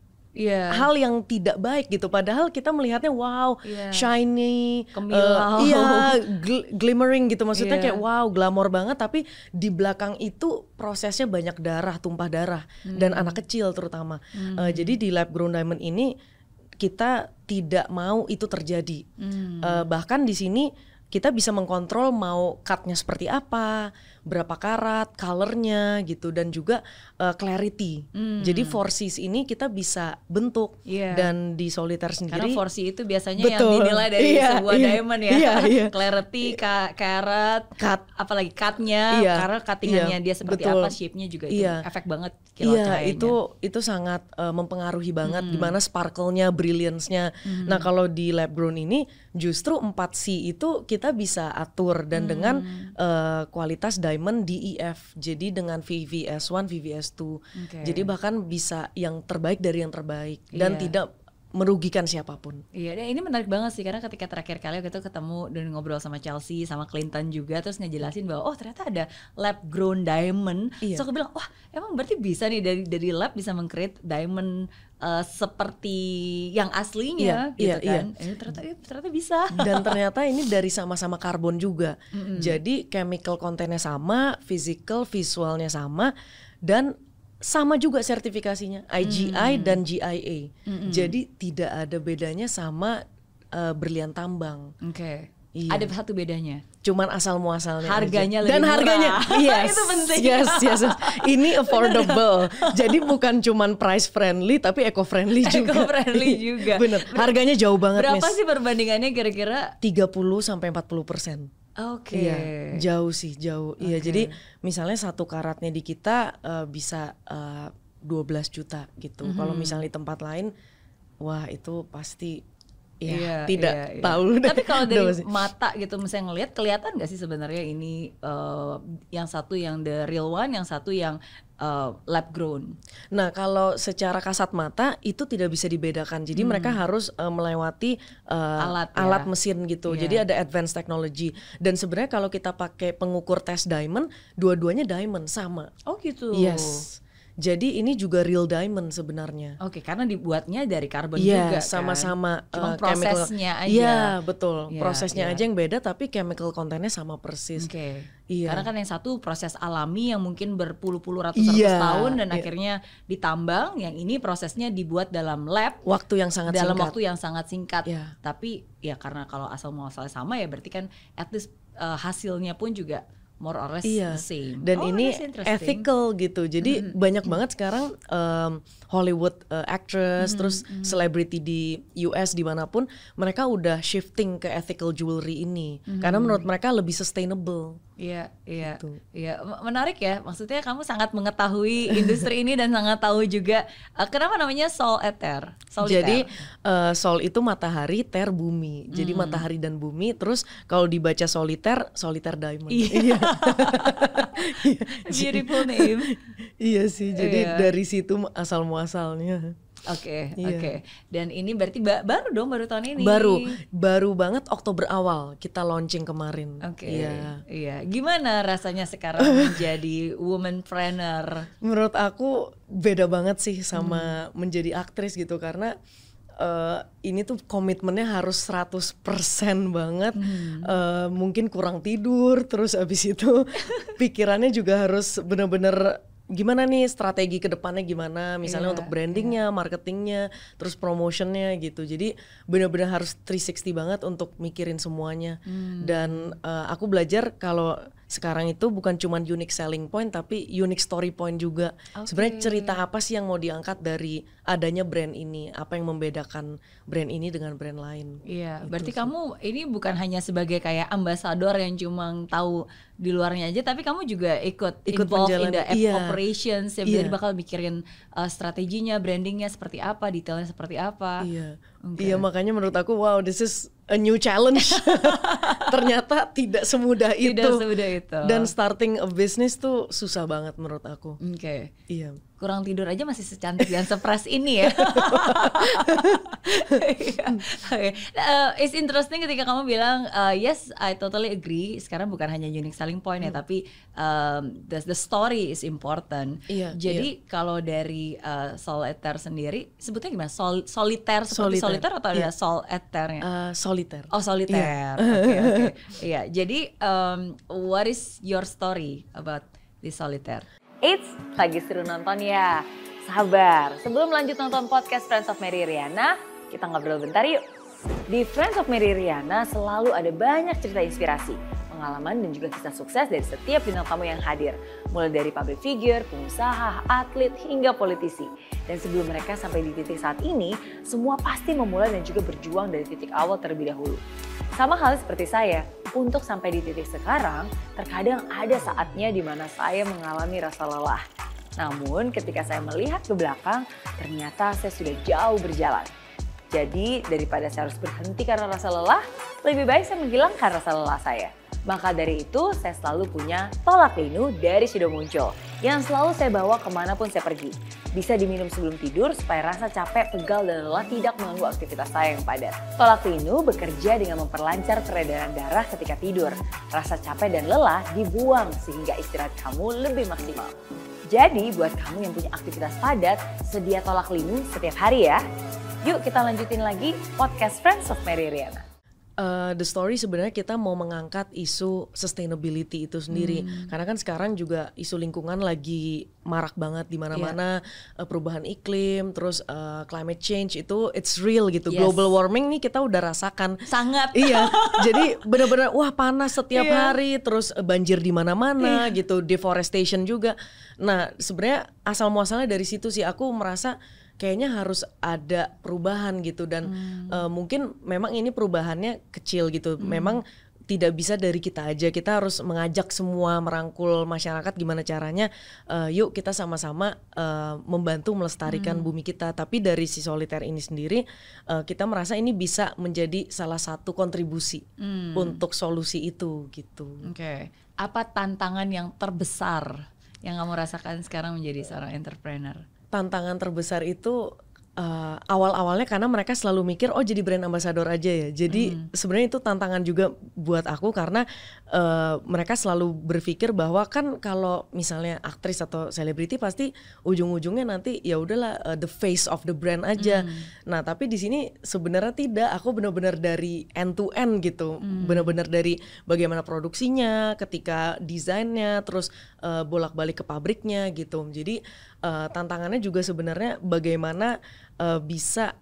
Speaker 2: Yeah.
Speaker 1: hal yang tidak baik gitu, padahal kita melihatnya wow, yeah. shiny,
Speaker 2: Kemilau,
Speaker 1: uh, iya, gl- glimmering gitu, maksudnya
Speaker 2: yeah.
Speaker 1: kayak wow, glamor banget, tapi di belakang itu prosesnya banyak darah, tumpah darah, hmm. dan anak kecil terutama. Hmm. Uh, jadi di lab grown diamond ini kita tidak mau itu terjadi. Hmm. Uh, bahkan di sini kita bisa mengkontrol mau cutnya seperti apa, berapa karat, colornya gitu, dan juga uh, clarity. Hmm. Jadi four C's ini kita bisa bentuk yeah. dan di solitaire sendiri.
Speaker 2: Karena four C itu biasanya
Speaker 1: betul.
Speaker 2: yang dinilai dari
Speaker 1: iya,
Speaker 2: sebuah
Speaker 1: iya,
Speaker 2: diamond ya.
Speaker 1: Iya, iya.
Speaker 2: Clarity, ka- karat,
Speaker 1: cut,
Speaker 2: apalagi cutnya,
Speaker 1: iya,
Speaker 2: karena cuttingannya
Speaker 1: iya,
Speaker 2: dia seperti
Speaker 1: betul.
Speaker 2: apa, shape-nya juga itu
Speaker 1: iya.
Speaker 2: efek banget kilau
Speaker 1: iya,
Speaker 2: cahayanya.
Speaker 1: itu itu sangat uh, mempengaruhi banget
Speaker 2: hmm.
Speaker 1: gimana sparkle-nya, brilliance-nya. Hmm. Nah kalau di lab grown ini justru empat C itu kita bisa atur dan hmm. dengan uh, kualitas diamond D E F. Jadi dengan V V S one, V V S two. Okay. Jadi bahkan bisa yang terbaik dari yang terbaik dan yeah. tidak merugikan siapapun.
Speaker 2: Iya, dan ini menarik banget sih karena ketika terakhir kali kita ketemu dan ngobrol sama Chelsea, sama Clinton juga, terus ngejelasin bahwa oh ternyata ada lab grown diamond. Iya. So aku bilang wah emang berarti bisa nih dari dari lab bisa meng-create diamond uh, seperti yang aslinya, iya, gitu
Speaker 1: iya,
Speaker 2: kan?
Speaker 1: Iya.
Speaker 2: Eh, ternyata eh, ternyata bisa.
Speaker 1: Dan ternyata ini dari sama-sama karbon juga. Mm-hmm. Jadi chemical content-nya sama, physical, visualnya sama, dan sama juga sertifikasinya I G I mm. dan G I A. Mm-hmm. Jadi tidak ada bedanya sama uh, berlian tambang.
Speaker 2: Oke. Okay.
Speaker 1: Iya.
Speaker 2: Ada satu bedanya.
Speaker 1: Cuman asal muasalnya.
Speaker 2: Harganya
Speaker 1: aja.
Speaker 2: lebih
Speaker 1: dan
Speaker 2: murah.
Speaker 1: harganya, yes,
Speaker 2: itu penting.
Speaker 1: Yes, yes, yes. Ini affordable. Jadi bukan cuman price friendly, tapi eco friendly juga.
Speaker 2: Eco friendly juga.
Speaker 1: Bener. Harganya jauh banget,
Speaker 2: Berapa
Speaker 1: Miss.
Speaker 2: sih perbandingannya kira-kira?
Speaker 1: tiga puluh sampai empat puluh persen.
Speaker 2: Oke. Okay.
Speaker 1: Iya, jauh sih, jauh. Okay. Iya, jadi misalnya satu karatnya di kita uh, bisa uh, dua belas juta gitu. Mm-hmm. Kalau misalnya di tempat lain, wah itu pasti ya iya, tidak iya, iya. tahu.
Speaker 2: Tapi kalau dari mata gitu misalnya ngelihat, kelihatan nggak sih sebenarnya ini uh, yang satu yang the real one, yang satu yang uh, lab grown?
Speaker 1: Nah kalau secara kasat mata itu tidak bisa dibedakan. Jadi hmm. mereka harus uh, melewati uh,
Speaker 2: alat, ya?
Speaker 1: alat mesin gitu. Yeah. Jadi ada advanced technology. Dan sebenarnya kalau kita pakai pengukur tes diamond, dua-duanya diamond sama.
Speaker 2: Oh gitu.
Speaker 1: Yes. Jadi ini juga real diamond sebenarnya.
Speaker 2: Oke, okay, karena dibuatnya dari karbon
Speaker 1: yeah,
Speaker 2: juga
Speaker 1: sama-sama,
Speaker 2: kan. Cuma
Speaker 1: uh,
Speaker 2: prosesnya
Speaker 1: chemical,
Speaker 2: aja.
Speaker 1: Iya, betul.
Speaker 2: Yeah,
Speaker 1: prosesnya
Speaker 2: yeah.
Speaker 1: aja yang beda tapi chemical content-nya sama persis.
Speaker 2: Oke. Okay.
Speaker 1: Iya.
Speaker 2: Karena kan yang satu proses alami yang mungkin berpuluh-puluh ratus-ratus
Speaker 1: yeah,
Speaker 2: tahun dan
Speaker 1: yeah.
Speaker 2: akhirnya ditambang, yang ini prosesnya dibuat dalam lab
Speaker 1: waktu yang sangat
Speaker 2: dalam
Speaker 1: singkat.
Speaker 2: waktu yang sangat singkat.
Speaker 1: Yeah.
Speaker 2: Tapi ya karena kalau asal muasalnya sama ya berarti kan at least uh, hasilnya pun juga more or less
Speaker 1: iya.
Speaker 2: the same.
Speaker 1: Dan
Speaker 2: oh,
Speaker 1: ini ethical gitu. Jadi mm-hmm. banyak banget sekarang um, Hollywood uh, actress, mm-hmm. terus mm-hmm. selebriti di U S dimanapun mereka udah shifting ke ethical jewelry ini mm-hmm. karena menurut mereka lebih sustainable.
Speaker 2: Iya, iya,
Speaker 1: gitu.
Speaker 2: Iya. Menarik ya. Maksudnya kamu sangat mengetahui industri ini dan sangat tahu juga uh, kenapa namanya Sol Ether. Solitaire.
Speaker 1: Jadi uh, Sol itu matahari, ter bumi. Mm. Jadi matahari dan bumi. Terus kalau dibaca solitaire, solitaire diamond.
Speaker 2: Iya. Beautiful name.
Speaker 1: Iya sih. Jadi
Speaker 2: iya.
Speaker 1: dari situ asal muasalnya.
Speaker 2: Oke,
Speaker 1: Iya.
Speaker 2: oke. Dan ini berarti ba- baru dong, baru tahun ini.
Speaker 1: Baru, baru banget Oktober awal kita launching kemarin.
Speaker 2: Oke.
Speaker 1: Iya.
Speaker 2: Iya. Gimana rasanya sekarang menjadi womanpreneur?
Speaker 1: Menurut aku beda banget sih sama hmm. menjadi aktris gitu, karena uh, ini tuh komitmennya harus seratus persen banget. Hmm. Uh, mungkin kurang tidur, terus abis itu pikirannya juga harus bener-bener gimana nih strategi ke depannya gimana, misalnya yeah, untuk brandingnya, yeah. marketingnya, terus promotionnya gitu. Jadi benar-benar harus tiga enam nol banget untuk mikirin semuanya. Hmm. Dan uh, aku belajar kalau sekarang itu bukan cuma unique selling point tapi unique story point juga. Okay. Sebenarnya cerita apa sih yang mau diangkat dari adanya brand ini? Apa yang membedakan brand ini dengan brand lain?
Speaker 2: Iya, gitu berarti sih. Kamu ini bukan hanya sebagai kayak ambasador yang cuma tahu di luarnya aja, tapi kamu juga ikut, ikut involved in the iya. operations, ya iya. bakal mikirin uh, strateginya, brandingnya seperti apa, detailnya seperti apa.
Speaker 1: Iya, okay. Iya makanya menurut aku wow, this is a new challenge. Ternyata tidak semudah itu.
Speaker 2: Tidak semudah itu.
Speaker 1: Dan starting a business tuh susah banget menurut aku.
Speaker 2: Oke. Okay.
Speaker 1: Iya.
Speaker 2: Kurang tidur aja masih secantik dan sepres ini ya. Okay. Uh, it's interesting ketika kamu bilang uh, yes, I totally agree. Sekarang bukan hanya unique selling point hmm. ya, tapi um, the, the story is important.
Speaker 1: Iya,
Speaker 2: Jadi iya. kalau dari uh, solitaire sendiri, sebutnya gimana? Sol, solitaire seperti solitaire atau
Speaker 1: iya.
Speaker 2: ada solitaire-nya?
Speaker 1: Uh, solitaire.
Speaker 2: Oh solitaire. Oke oke. Okay, okay. Iya. Jadi um, what is your story about this solitaire?
Speaker 3: Eits, lagi seru nonton ya. Sabar, sebelum lanjut nonton podcast Friends of Mary Riana, kita ngobrol bentar yuk. Di Friends of Mary Riana selalu ada banyak cerita inspirasi, pengalaman dan juga kisah sukses dari setiap bintang tamu yang hadir. Mulai dari public figure, pengusaha, atlet, hingga politisi. Dan sebelum mereka sampai di titik saat ini, semua pasti memulai dan juga berjuang dari titik awal terlebih dahulu. Sama halnya seperti saya, untuk sampai di titik sekarang, terkadang ada saatnya di mana saya mengalami rasa lelah. Namun ketika saya melihat ke belakang, ternyata saya sudah jauh berjalan. Jadi daripada saya harus berhenti karena rasa lelah, lebih baik saya menghilangkan rasa lelah saya. Maka dari itu saya selalu punya Tolak Linu dari Sido Muncul yang selalu saya bawa kemanapun saya pergi. Bisa diminum sebelum tidur supaya rasa capek, pegal, dan lelah tidak mengganggu aktivitas saya yang padat. Tolak Linu bekerja dengan memperlancar peredaran darah ketika tidur. Rasa capek dan lelah dibuang sehingga istirahat kamu lebih maksimal. Jadi buat kamu yang punya aktivitas padat, sedia Tolak Linu setiap hari ya. Yuk kita lanjutin lagi podcast Friends of Mary Riana.
Speaker 1: Uh, the story sebenarnya kita mau mengangkat isu sustainability itu sendiri, hmm. karena kan sekarang juga isu lingkungan lagi marak banget di mana-mana, yeah. uh, perubahan iklim, terus uh, climate change itu it's real gitu, yes. global warming nih kita udah rasakan
Speaker 2: sangat,
Speaker 1: iya, jadi benar-benar wah panas setiap yeah. hari, terus uh, banjir di mana-mana yeah. gitu, deforestation juga. Nah sebenarnya asal muasalnya dari situ sih, aku merasa kayaknya harus ada perubahan gitu dan hmm. uh, mungkin memang ini perubahannya kecil gitu, hmm. memang tidak bisa dari kita aja, kita harus mengajak semua, merangkul masyarakat gimana caranya, uh, yuk kita sama-sama uh, membantu melestarikan hmm. bumi kita. Tapi dari si solitaire ini sendiri uh, kita merasa ini bisa menjadi salah satu kontribusi hmm. untuk solusi itu gitu.
Speaker 2: Oke, okay. Apa tantangan yang terbesar yang kamu rasakan sekarang menjadi seorang entrepreneur?
Speaker 1: Tantangan terbesar itu uh, awal-awalnya karena mereka selalu mikir oh jadi brand ambassador aja ya. Jadi mm. sebenarnya itu tantangan juga buat aku karena uh, mereka selalu berpikir bahwa kan kalau misalnya aktris atau selebriti pasti ujung-ujungnya nanti ya udahlah uh, the face of the brand aja. Mm. Nah tapi di sini sebenarnya tidak. Aku benar-benar dari end to end gitu. Mm. Benar-benar dari bagaimana produksinya, ketika desainnya, terus uh, bolak-balik ke pabriknya gitu. Jadi Uh, tantangannya juga sebenarnya bagaimana uh, bisa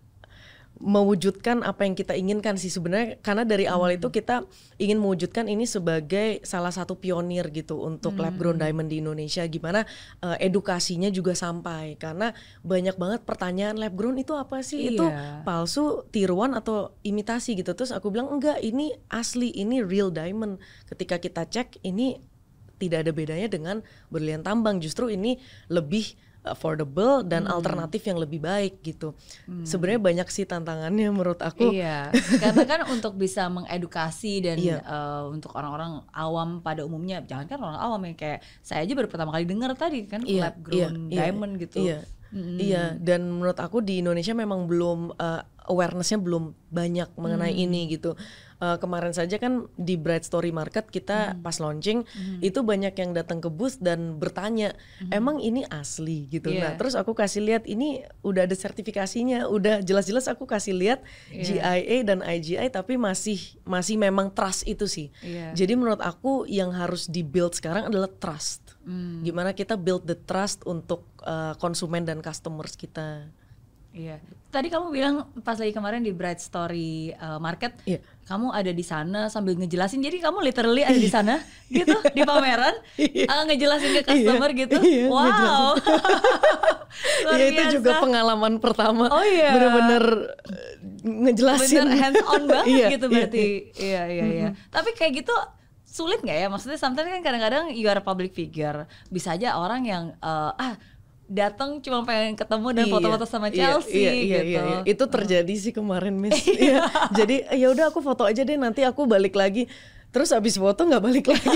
Speaker 1: mewujudkan apa yang kita inginkan sih sebenarnya, karena dari hmm. awal itu kita ingin mewujudkan ini sebagai salah satu pionir gitu untuk hmm. lab grown diamond di Indonesia, gimana uh, edukasinya juga sampai, karena banyak banget pertanyaan lab grown itu apa sih, iya. itu palsu, tiruan atau imitasi gitu. Terus aku bilang enggak, ini asli, ini real diamond. Ketika kita cek ini tidak ada bedanya dengan berlian tambang, justru ini lebih affordable dan hmm. alternatif yang lebih baik gitu. Hmm. Sebenarnya banyak sih tantangannya menurut aku.
Speaker 2: Iya, karena kan untuk bisa mengedukasi dan
Speaker 1: iya.
Speaker 2: uh, untuk orang-orang awam pada umumnya, jangan kan orang awam yang kayak saya aja baru pertama kali dengar tadi kan iya, lab grown
Speaker 1: iya,
Speaker 2: diamond
Speaker 1: iya,
Speaker 2: gitu.
Speaker 1: Iya. Mm. Iya, dan menurut aku di Indonesia memang belum uh, awareness-nya belum banyak mengenai mm. ini gitu. Uh, kemarin saja kan di Bright Story Market kita mm. pas launching mm. itu banyak yang datang ke booth dan bertanya, mm. emang ini asli gitu. Yeah. Nah, terus aku kasih lihat ini udah ada sertifikasinya, udah jelas-jelas aku kasih lihat yeah. G I A dan I G I, tapi masih masih memang trust itu sih. Yeah. Jadi menurut aku yang harus di-build sekarang adalah trust. Mm. Gimana kita build the trust untuk uh, konsumen dan customers kita.
Speaker 2: Iya. Tadi kamu bilang pas lagi kemarin di Bright Story uh, Market, yeah. kamu ada di sana sambil ngejelasin. Jadi kamu literally ada di sana, gitu, di pameran, uh, ngejelasin ke customer yeah. gitu. Yeah, wow.
Speaker 1: Ya itu juga pengalaman pertama. Oh iya. Bener-bener ngejelasin.
Speaker 2: Bener hands on banget
Speaker 1: yeah,
Speaker 2: gitu berarti. Iya iya iya. Mm-hmm. Tapi kayak gitu sulit nggak ya? Maksudnya sometimes kan kadang-kadang you are a public figure. Bisa aja orang yang uh, ah datang cuma pengen ketemu dan iya, foto-foto sama Chelsea
Speaker 1: iya, iya,
Speaker 2: gitu.
Speaker 1: Iya, iya. Itu terjadi sih kemarin, Miss. Iya. Jadi ya udah aku foto aja deh, nanti aku balik lagi. Terus abis foto nggak balik lagi.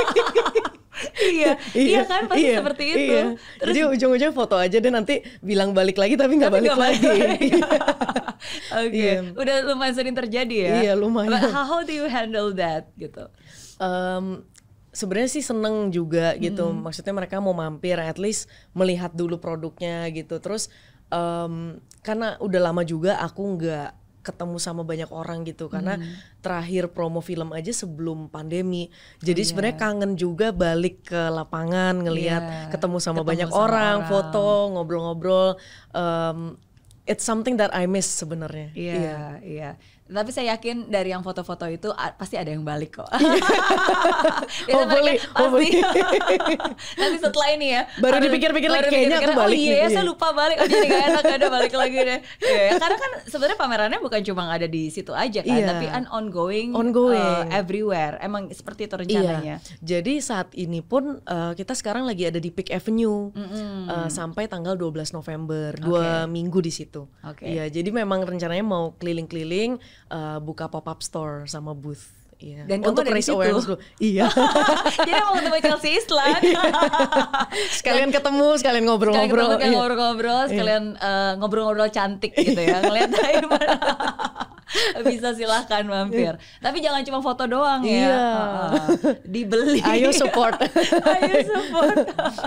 Speaker 2: iya, iya kan pasti iya, seperti itu.
Speaker 1: Iya. Terus, jadi ujung-ujungnya foto aja deh, nanti bilang balik lagi tapi nggak balik, balik lagi.
Speaker 2: Oke, okay. yeah. Udah lumayan sering terjadi ya.
Speaker 1: Iya lumayan.
Speaker 2: How, how do you handle that gitu?
Speaker 1: Um, Sebenarnya sih seneng juga gitu, hmm. maksudnya mereka mau mampir, at least melihat dulu produknya gitu. Terus um, karena udah lama juga aku nggak ketemu sama banyak orang gitu, karena hmm. terakhir promo film aja sebelum pandemi. Jadi oh, sebenarnya yeah. kangen juga balik ke lapangan, ngelihat yeah. ketemu sama ketemu banyak sama orang, orang, foto, ngobrol-ngobrol. Um, it's something that I miss sebenarnya.
Speaker 2: Iya, yeah, iya. Yeah. Tapi saya yakin dari yang foto-foto itu a- pasti ada yang balik kok.
Speaker 1: Oh boleh,
Speaker 2: pasti. Nanti setelah ini ya.
Speaker 1: Baru dipikir-pikir lagi kayaknya aku balik.
Speaker 2: Oh iya, ya, saya lupa balik. Oh jadi gak enak, gak ada balik lagi deh. Ya, karena kan sebenarnya pamerannya bukan cuma ada di situ aja kan, iya. tapi kan ongoing, ongoing. Uh, everywhere. Emang seperti itu rencananya.
Speaker 1: Iya. Jadi saat ini pun uh, kita sekarang lagi ada di Peak Avenue mm-hmm. uh, sampai tanggal dua belas November, okay. dua minggu di situ. Okay. Iya, jadi memang rencananya mau keliling-keliling. Uh, buka pop-up store sama booth. Iya.
Speaker 2: Dan untuk raise awareness dulu.
Speaker 1: Iya.
Speaker 2: Jadi mau ketemu Chelsea Islan.
Speaker 1: Sekalian ketemu, sekalian ngobrol-ngobrol.
Speaker 2: Sekalian ngobrol-ngobrol, sekalian uh, ngobrol-ngobrol cantik gitu ya. Ngeliat bisa silahkan mampir. Tapi jangan cuma foto doang ya.
Speaker 1: Iya.
Speaker 2: Uh, dibeli.
Speaker 1: Ayo support.
Speaker 2: Ayo support.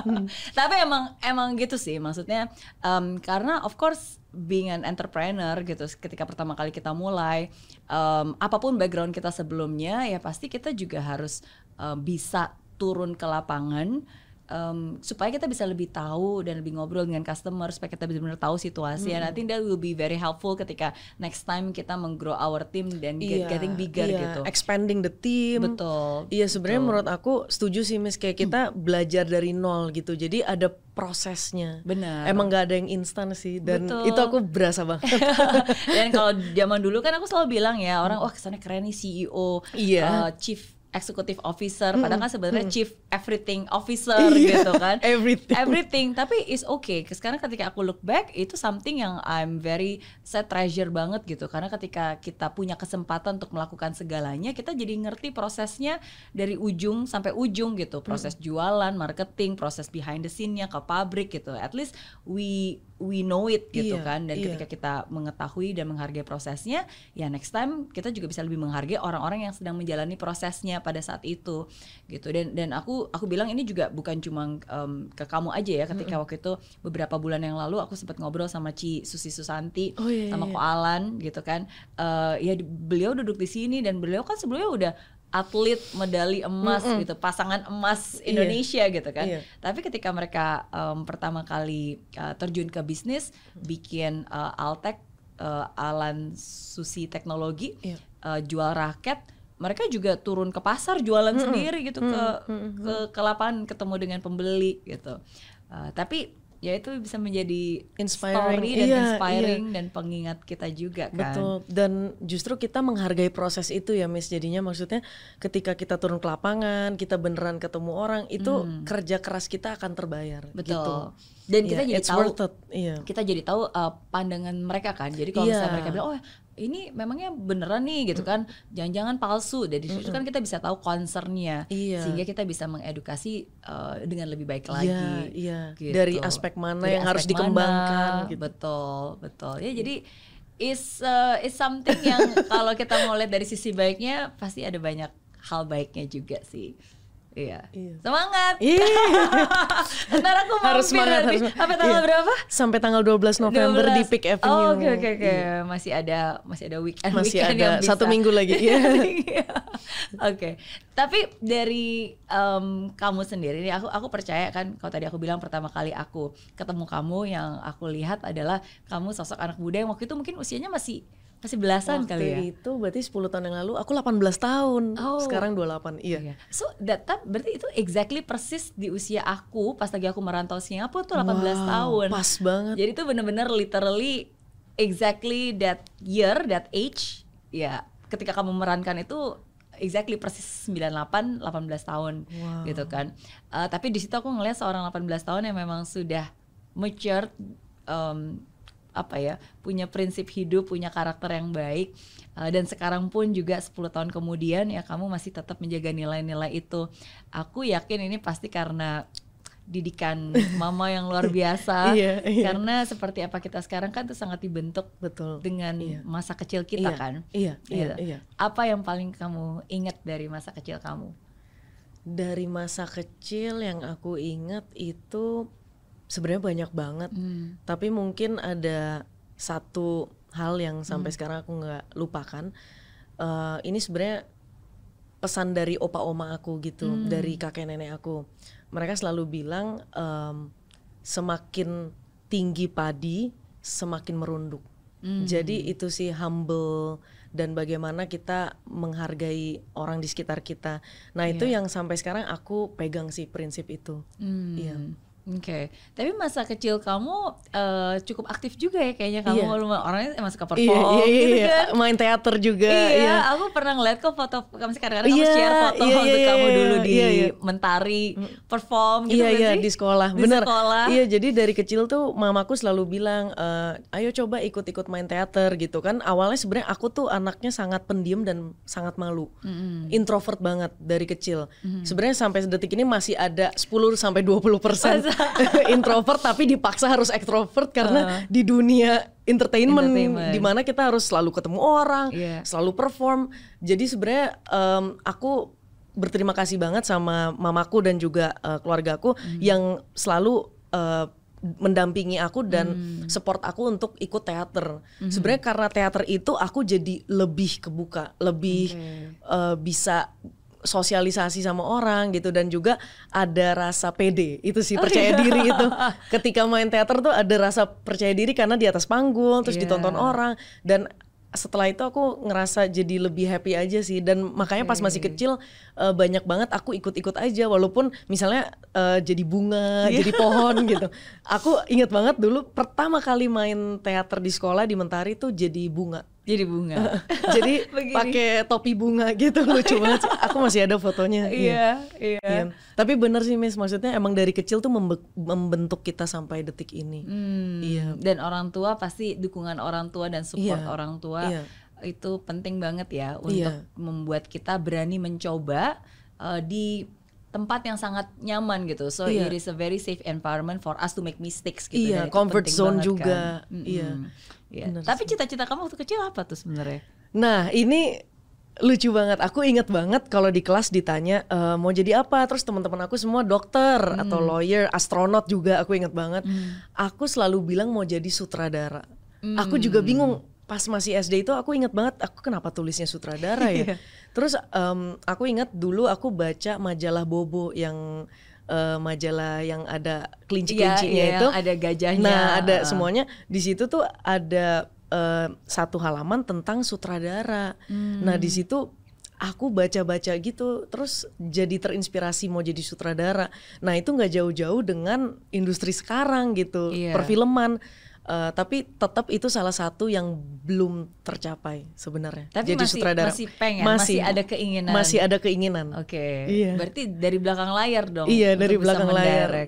Speaker 2: Tapi emang emang gitu sih, maksudnya um, karena of course being an entrepreneur gitu, ketika pertama kali kita mulai, um, apapun background kita sebelumnya, ya pasti kita juga harus um, bisa turun ke lapangan. Um, supaya kita bisa lebih tahu dan lebih ngobrol dengan customer, supaya kita benar-benar tahu situasi. Mm-hmm. And I think that will be very helpful ketika next time kita meng-grow our team dan get, yeah, getting bigger yeah. gitu.
Speaker 1: Expanding the team.
Speaker 2: Betul.
Speaker 1: Iya sebenarnya menurut aku setuju sih Miss, kayak kita hmm. belajar dari nol gitu. Jadi ada prosesnya.
Speaker 2: Benar.
Speaker 1: Emang nggak ada yang instan sih, dan betul. Itu aku berasa banget.
Speaker 2: Dan kalau zaman dulu kan aku selalu bilang ya, orang wah kesannya keren nih C E O,
Speaker 1: yeah.
Speaker 2: uh, Chief Executive Officer, mm, padahal kan sebenarnya mm. Chief Everything Officer
Speaker 1: yeah,
Speaker 2: gitu kan.
Speaker 1: Everything.
Speaker 2: Everything, tapi it's okay. Sekarang ketika aku look back, itu something yang I'm very saya treasure banget gitu. Karena ketika kita punya kesempatan untuk melakukan segalanya, kita jadi ngerti prosesnya dari ujung sampai ujung gitu. Proses mm. jualan, marketing, proses behind the scene-nya ke pabrik gitu. At least we we know it gitu yeah, kan. Dan yeah. ketika kita mengetahui dan menghargai prosesnya, ya next time kita juga bisa lebih menghargai orang-orang yang sedang menjalani prosesnya pada saat itu gitu. Dan dan aku aku bilang ini juga bukan cuma um, ke kamu aja ya. Ketika mm-hmm. waktu itu beberapa bulan yang lalu aku sempat ngobrol sama Ci Susi Susanti, oh, iya, sama Ko Alan gitu kan. Uh, ya beliau duduk di sini dan beliau kan sebelumnya udah atlet medali emas mm-hmm. gitu, pasangan emas Indonesia yeah. gitu kan. Yeah. Tapi ketika mereka um, pertama kali uh, terjun ke bisnis, bikin uh, Altek, uh, Alan Susi Teknologi, yeah. uh, jual raket, mereka juga turun ke pasar jualan mm-hmm. sendiri gitu mm-hmm. ke, ke ke lapangan, ketemu dengan pembeli gitu. Uh, tapi ya itu bisa menjadi inspiring story dan iya, inspiring iya. dan pengingat kita juga kan.
Speaker 1: Betul. Dan justru kita menghargai proses itu ya Miss. Jadinya maksudnya ketika kita turun ke lapangan, kita beneran ketemu orang, itu hmm. kerja keras kita akan terbayar.
Speaker 2: Betul.
Speaker 1: Gitu.
Speaker 2: Dan kita yeah, jadi tahu
Speaker 1: yeah.
Speaker 2: kita jadi tahu uh, pandangan mereka kan. Jadi kalau yeah. misalnya mereka bilang oh ini memangnya beneran nih gitu kan, jangan-jangan palsu. Dari situ
Speaker 1: Mm-mm.
Speaker 2: kan kita bisa tahu concernnya,
Speaker 1: Iya.
Speaker 2: sehingga kita bisa mengedukasi uh, dengan lebih baik
Speaker 1: Iya,
Speaker 2: lagi.
Speaker 1: iya.
Speaker 2: Gitu.
Speaker 1: Dari aspek mana
Speaker 2: Dari
Speaker 1: yang harus
Speaker 2: aspek
Speaker 1: dikembangkan
Speaker 2: mana,
Speaker 1: gitu.
Speaker 2: Betul, betul. Ya jadi is uh, is something yang kalau kita mau lihat dari sisi baiknya pasti ada banyak hal baiknya juga sih. Iya.
Speaker 1: Iya.
Speaker 2: Semangat.
Speaker 1: Iya.
Speaker 2: Ntar aku
Speaker 1: Harus
Speaker 2: mampir
Speaker 1: semangat,
Speaker 2: nanti.
Speaker 1: harus-
Speaker 2: Sampai tanggal
Speaker 1: iya.
Speaker 2: berapa?
Speaker 1: Sampai tanggal dua belas November
Speaker 2: dua belas
Speaker 1: di Peak Avenue.
Speaker 2: Oh, oke oke oke.
Speaker 1: Iya.
Speaker 2: Masih ada masih ada weekend
Speaker 1: Masih
Speaker 2: weekend
Speaker 1: ada
Speaker 2: yang bisa.
Speaker 1: satu minggu lagi. Iya.
Speaker 2: Iya. Oke. Tapi dari um, kamu sendiri nih, aku aku percaya kan, kalau tadi aku bilang pertama kali aku ketemu kamu, yang aku lihat adalah kamu sosok anak muda yang waktu itu mungkin usianya masih masih belasan
Speaker 1: Waktu
Speaker 2: kali ya.
Speaker 1: itu berarti sepuluh tahun yang lalu aku delapan belas tahun.
Speaker 2: Oh.
Speaker 1: Sekarang dua puluh delapan. Iya.
Speaker 2: Iya. So that time berarti itu exactly persis di usia aku pas lagi aku merantau Singapura tuh delapan belas
Speaker 1: Wow,
Speaker 2: tahun.
Speaker 1: pas banget.
Speaker 2: Jadi itu bener-bener literally exactly that year, that age. Ya, ketika kamu memerankan itu exactly persis sembilan puluh delapan, delapan belas tahun
Speaker 1: Wow.
Speaker 2: gitu kan. Uh, tapi di situ aku ngelihat seorang delapan belas tahun yang memang sudah mature, um, apa ya, punya prinsip hidup, punya karakter yang baik, uh, dan sekarang pun juga sepuluh tahun kemudian ya kamu masih tetap menjaga nilai-nilai itu. Aku yakin ini pasti karena didikan mama yang luar biasa.
Speaker 1: Iya, iya.
Speaker 2: Karena seperti apa kita sekarang kan tuh sangat dibentuk
Speaker 1: Betul.
Speaker 2: dengan
Speaker 1: Iya.
Speaker 2: masa kecil kita
Speaker 1: Iya,
Speaker 2: kan.
Speaker 1: Iya, iya,
Speaker 2: Gitu.
Speaker 1: iya.
Speaker 2: Apa yang paling kamu ingat dari masa kecil kamu?
Speaker 1: Dari masa kecil yang aku ingat itu sebenarnya banyak banget.
Speaker 2: Hmm.
Speaker 1: Tapi mungkin ada satu hal yang sampai
Speaker 2: Hmm.
Speaker 1: sekarang aku nggak lupakan. Eh, ini sebenarnya pesan dari opa oma aku gitu,
Speaker 2: Hmm.
Speaker 1: dari kakek nenek aku. Mereka selalu bilang em, semakin tinggi padi semakin merunduk.
Speaker 2: Hmm.
Speaker 1: Jadi itu sih humble dan bagaimana kita menghargai orang di sekitar kita. Nah itu
Speaker 2: Iya.
Speaker 1: yang sampai sekarang aku pegang sih prinsip itu.
Speaker 2: Hmm.
Speaker 1: Iya.
Speaker 2: Oke, tapi masa kecil kamu eh, cukup aktif juga ya kayaknya kamu.
Speaker 1: Iya.
Speaker 2: Lumayan- orangnya emang suka perform
Speaker 1: Iya, iya,
Speaker 2: gitu
Speaker 1: iya.
Speaker 2: kan.
Speaker 1: Main teater juga.
Speaker 2: Iya, aku pernah ngeliat kok foto kamu sih, kadang-kadang kamu
Speaker 1: Iya,
Speaker 2: share foto
Speaker 1: iya,
Speaker 2: waktu
Speaker 1: iya,
Speaker 2: kamu
Speaker 1: iya,
Speaker 2: dulu di
Speaker 1: iya, iya.
Speaker 2: Mentari perform gitu
Speaker 1: Iya
Speaker 2: kan
Speaker 1: iya
Speaker 2: sih?
Speaker 1: di sekolah,
Speaker 2: Di
Speaker 1: bener.
Speaker 2: sekolah.
Speaker 1: Iya jadi dari kecil tuh mamaku selalu bilang, e, ayo coba ikut-ikut main teater gitu kan. Awalnya sebenarnya aku tuh anaknya sangat pendiam dan sangat malu,
Speaker 2: Mm-mm.
Speaker 1: introvert banget dari kecil. Sebenarnya sampai detik ini masih ada sepuluh sampai dua puluh persen introvert tapi dipaksa harus ekstrovert karena di dunia entertainment,
Speaker 2: Entertainment.
Speaker 1: di mana kita harus selalu ketemu orang,
Speaker 2: Iya.
Speaker 1: selalu perform. Jadi sebenarnya em, aku berterima kasih banget sama mamaku dan juga uh, keluargaku yang selalu uh, mendampingi aku dan support aku untuk ikut teater. Sebenarnya karena teater itu aku jadi lebih kebuka, lebih
Speaker 2: Oke.
Speaker 1: uh, bisa sosialisasi sama orang gitu dan juga ada rasa pede itu sih, percaya diri itu. Ketika main teater tuh ada rasa percaya diri karena di atas panggung terus
Speaker 2: Iya.
Speaker 1: ditonton orang, dan setelah itu aku ngerasa jadi lebih happy aja sih. Dan makanya pas masih kecil uh, banyak banget aku ikut-ikut aja walaupun misalnya uh, jadi bunga, jadi pohon gitu. Aku inget banget dulu pertama kali main teater di sekolah di Mentari tuh jadi bunga.
Speaker 2: Jadi bunga.
Speaker 1: Jadi
Speaker 2: Begini.
Speaker 1: pakai topi bunga gitu, lucu banget sih. Aku masih ada fotonya.
Speaker 2: Iya, iya.
Speaker 1: Iya. Tapi bener sih Miss, maksudnya emang dari kecil tuh membe- membentuk kita sampai detik ini.
Speaker 2: Hmm,
Speaker 1: Iya.
Speaker 2: Dan orang tua pasti, dukungan orang tua dan support
Speaker 1: Iya,
Speaker 2: orang tua
Speaker 1: iya.
Speaker 2: itu penting banget ya untuk
Speaker 1: Iya.
Speaker 2: membuat kita berani mencoba uh, di tempat yang sangat nyaman gitu. So
Speaker 1: Iya.
Speaker 2: it is a very safe environment for us to make mistakes gitu.
Speaker 1: Iya,
Speaker 2: Dan itu
Speaker 1: comfort
Speaker 2: penting
Speaker 1: zone
Speaker 2: banget
Speaker 1: juga.
Speaker 2: kan. Mm-mm.
Speaker 1: Iya.
Speaker 2: Iya.
Speaker 1: Bener
Speaker 2: Tapi cita-cita kamu waktu kecil apa tuh sebenarnya?
Speaker 1: Nah ini lucu banget, aku inget banget kalau di kelas ditanya e, mau jadi apa, terus teman-teman aku semua dokter atau lawyer, astronot juga aku inget banget. Aku selalu bilang mau jadi sutradara. Aku juga bingung pas masih S D itu, aku inget banget aku kenapa tulisnya sutradara ya. Terus em, aku inget dulu aku baca majalah Bobo yang eh, majalah yang ada kelinci-kelincinya
Speaker 2: Iya, iya,
Speaker 1: itu.
Speaker 2: yang ada gajahnya.
Speaker 1: Nah ada semuanya di situ tuh ada Uh, satu halaman tentang sutradara.
Speaker 2: Hmm.
Speaker 1: Nah di situ aku baca-baca gitu, terus jadi terinspirasi mau jadi sutradara. Nah itu nggak jauh-jauh dengan industri sekarang gitu,
Speaker 2: Iya.
Speaker 1: perfilman. Uh, tapi tetap itu salah satu yang belum tercapai sebenarnya.
Speaker 2: Tapi
Speaker 1: jadi
Speaker 2: masih,
Speaker 1: sutradara
Speaker 2: masih pengen, masih, ada keinginan.
Speaker 1: Masih ada keinginan.
Speaker 2: Oke,
Speaker 1: Iya.
Speaker 2: berarti dari belakang layar dong.
Speaker 1: Iya,
Speaker 2: untuk
Speaker 1: dari
Speaker 2: bisa
Speaker 1: belakang layar.
Speaker 2: mendirect.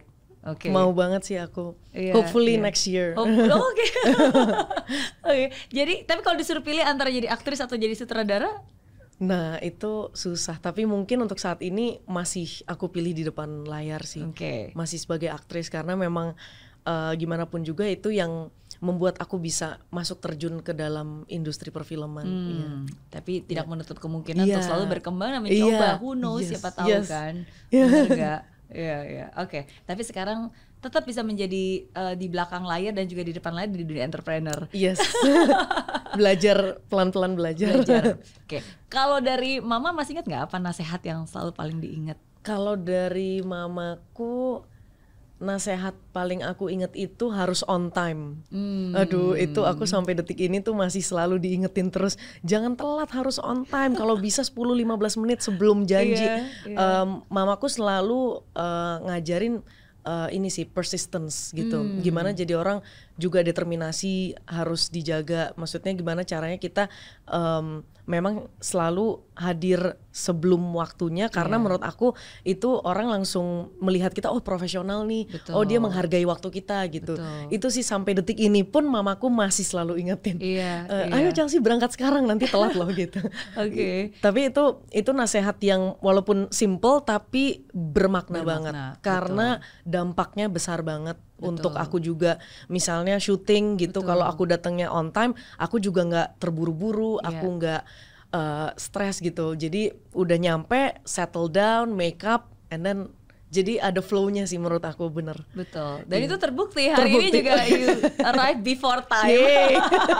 Speaker 2: Oke.
Speaker 1: Mau banget sih aku.
Speaker 2: Iya,
Speaker 1: Hopefully
Speaker 2: iya.
Speaker 1: next year.
Speaker 2: Oh, oh, Oke. Oke. Jadi tapi kalau disuruh pilih antara jadi aktris atau jadi sutradara?
Speaker 1: Nah itu susah, tapi mungkin untuk saat ini masih aku pilih di depan layar sih.
Speaker 2: Oke.
Speaker 1: Masih sebagai aktris karena memang uh, gimana pun juga itu yang membuat aku bisa masuk terjun ke dalam industri perfilman.
Speaker 2: Hmm,
Speaker 1: iya.
Speaker 2: Tapi tidak menutup kemungkinan
Speaker 1: Iya.
Speaker 2: untuk selalu berkembang dan mencoba.
Speaker 1: Iya.
Speaker 2: Who knows,
Speaker 1: Yes.
Speaker 2: siapa tahu
Speaker 1: Yes.
Speaker 2: kan.
Speaker 1: Iya.
Speaker 2: Bener gak? Iya, iya. Oke. Tapi sekarang tetap bisa menjadi uh, di belakang layar dan juga di depan layar di dunia entrepreneur.
Speaker 1: Yes. Belajar, pelan-pelan belajar.
Speaker 2: Belajar. Oke. Kalau dari mama masih ingat nggak apa nasihat yang selalu paling diingat?
Speaker 1: Kalau dari mamaku, nasehat paling aku inget itu harus on time.
Speaker 2: Hmm.
Speaker 1: Aduh, itu aku sampai detik ini tuh masih selalu diingetin terus. Jangan telat, harus on time. Kalau bisa sepuluh sampai lima belas menit sebelum janji.
Speaker 2: Iya, iya.
Speaker 1: Um, mamaku selalu uh, ngajarin uh, ini sih persistence gitu.
Speaker 2: Hmm.
Speaker 1: Gimana jadi orang juga determinasi harus dijaga. Maksudnya gimana caranya kita um, memang selalu hadir sebelum waktunya karena
Speaker 2: Iya.
Speaker 1: menurut aku itu orang langsung melihat kita oh profesional nih.
Speaker 2: Betul.
Speaker 1: Oh dia menghargai waktu kita gitu.
Speaker 2: Betul.
Speaker 1: Itu sih sampai detik ini pun mamaku masih selalu ingetin.
Speaker 2: Iya,
Speaker 1: Eh,
Speaker 2: iya.
Speaker 1: Ayo Chelsea berangkat sekarang nanti telat loh gitu.
Speaker 2: Oke.
Speaker 1: Tapi itu itu nasihat yang walaupun simple tapi bermakna,
Speaker 2: Bermakna,
Speaker 1: banget
Speaker 2: betul.
Speaker 1: karena dampaknya besar banget.
Speaker 2: Betul.
Speaker 1: Untuk aku juga misalnya syuting gitu,
Speaker 2: Betul.
Speaker 1: kalau aku datangnya on time aku juga nggak terburu-buru,
Speaker 2: Iya.
Speaker 1: aku nggak uh, stres gitu. Jadi udah nyampe, settle down, make up, and then jadi ada flow-nya sih menurut aku, bener.
Speaker 2: Betul. Dan
Speaker 1: Iya.
Speaker 2: itu terbukti hari ini
Speaker 1: Terbukti.
Speaker 2: juga you arrive before time.
Speaker 1: Yeay.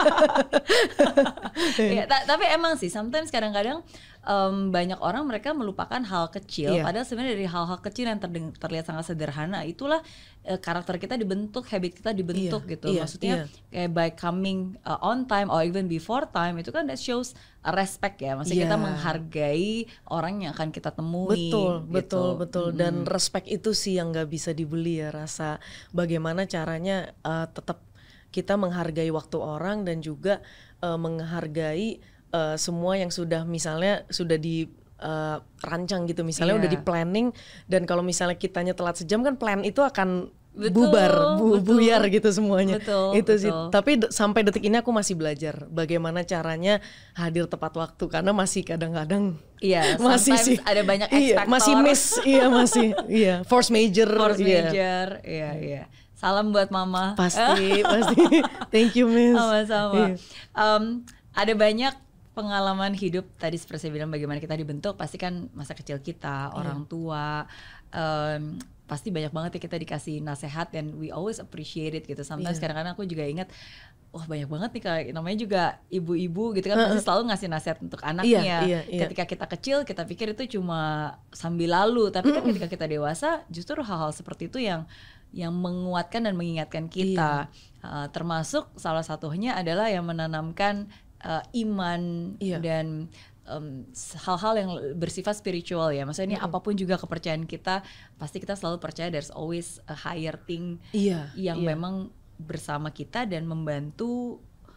Speaker 2: Ya, ta- tapi emang sih sometimes kadang-kadang em, banyak orang mereka melupakan hal kecil,
Speaker 1: Iya.
Speaker 2: padahal sebenarnya dari hal-hal kecil yang terdeng- terlihat sangat sederhana itulah eh, karakter kita dibentuk, habit kita dibentuk
Speaker 1: Iya,
Speaker 2: gitu.
Speaker 1: iya,
Speaker 2: Maksudnya
Speaker 1: iya.
Speaker 2: kayak by coming uh, on time or even before time itu kan that shows a respect ya. Maksudnya kita
Speaker 1: Iya.
Speaker 2: menghargai orang yang akan kita temui.
Speaker 1: Betul,
Speaker 2: gitu.
Speaker 1: betul, betul.
Speaker 2: Mm-mm.
Speaker 1: Dan respect itu sih yang nggak bisa dibeli ya, rasa bagaimana caranya uh, tetap kita menghargai waktu orang dan juga uh, menghargai uh, semua yang sudah misalnya sudah di uh, rancang gitu, misalnya
Speaker 2: Iya.
Speaker 1: udah di planning, dan kalau misalnya kitanya telat sejam kan plan itu akan
Speaker 2: Betul,
Speaker 1: bubar, bu-
Speaker 2: betul.
Speaker 1: buyar gitu semuanya.
Speaker 2: Betul,
Speaker 1: itu sih.
Speaker 2: betul.
Speaker 1: Tapi de- sampai detik ini aku masih belajar bagaimana caranya hadir tepat waktu karena masih kadang-kadang
Speaker 2: Iya,
Speaker 1: masih
Speaker 2: sometimes
Speaker 1: sih
Speaker 2: ada banyak X
Speaker 1: iya,
Speaker 2: factor.
Speaker 1: masih miss, iya masih, iya force major,
Speaker 2: Force
Speaker 1: iya.
Speaker 2: major, iya iya. Salam buat mama.
Speaker 1: Pasti, pasti. Thank you, Miss.
Speaker 2: Sama-sama.
Speaker 1: Iya.
Speaker 2: Um, ada banyak pengalaman hidup tadi seperti saya bilang bagaimana kita dibentuk, pasti kan masa kecil kita, orang tua, um, pasti banyak banget ya kita dikasih nasihat dan we always appreciate it gitu. Sometimes
Speaker 1: Iya.
Speaker 2: kadang-kadang aku juga ingat, wah banyak banget nih kayak namanya juga ibu-ibu gitu kan, pasti selalu ngasih nasihat untuk anaknya.
Speaker 1: iya, iya.
Speaker 2: Ketika kita kecil kita pikir itu cuma sambil lalu, tapi kan ketika kita dewasa justru hal-hal seperti itu yang yang menguatkan dan mengingatkan kita. Uh, termasuk salah satunya adalah yang menanamkan uh, iman
Speaker 1: Iya.
Speaker 2: dan um, hal-hal yang bersifat spiritual ya. Maksudnya ini apapun juga kepercayaan kita, pasti kita selalu percaya there's always a higher thing
Speaker 1: Iya,
Speaker 2: yang
Speaker 1: iya.
Speaker 2: memang bersama kita dan membantu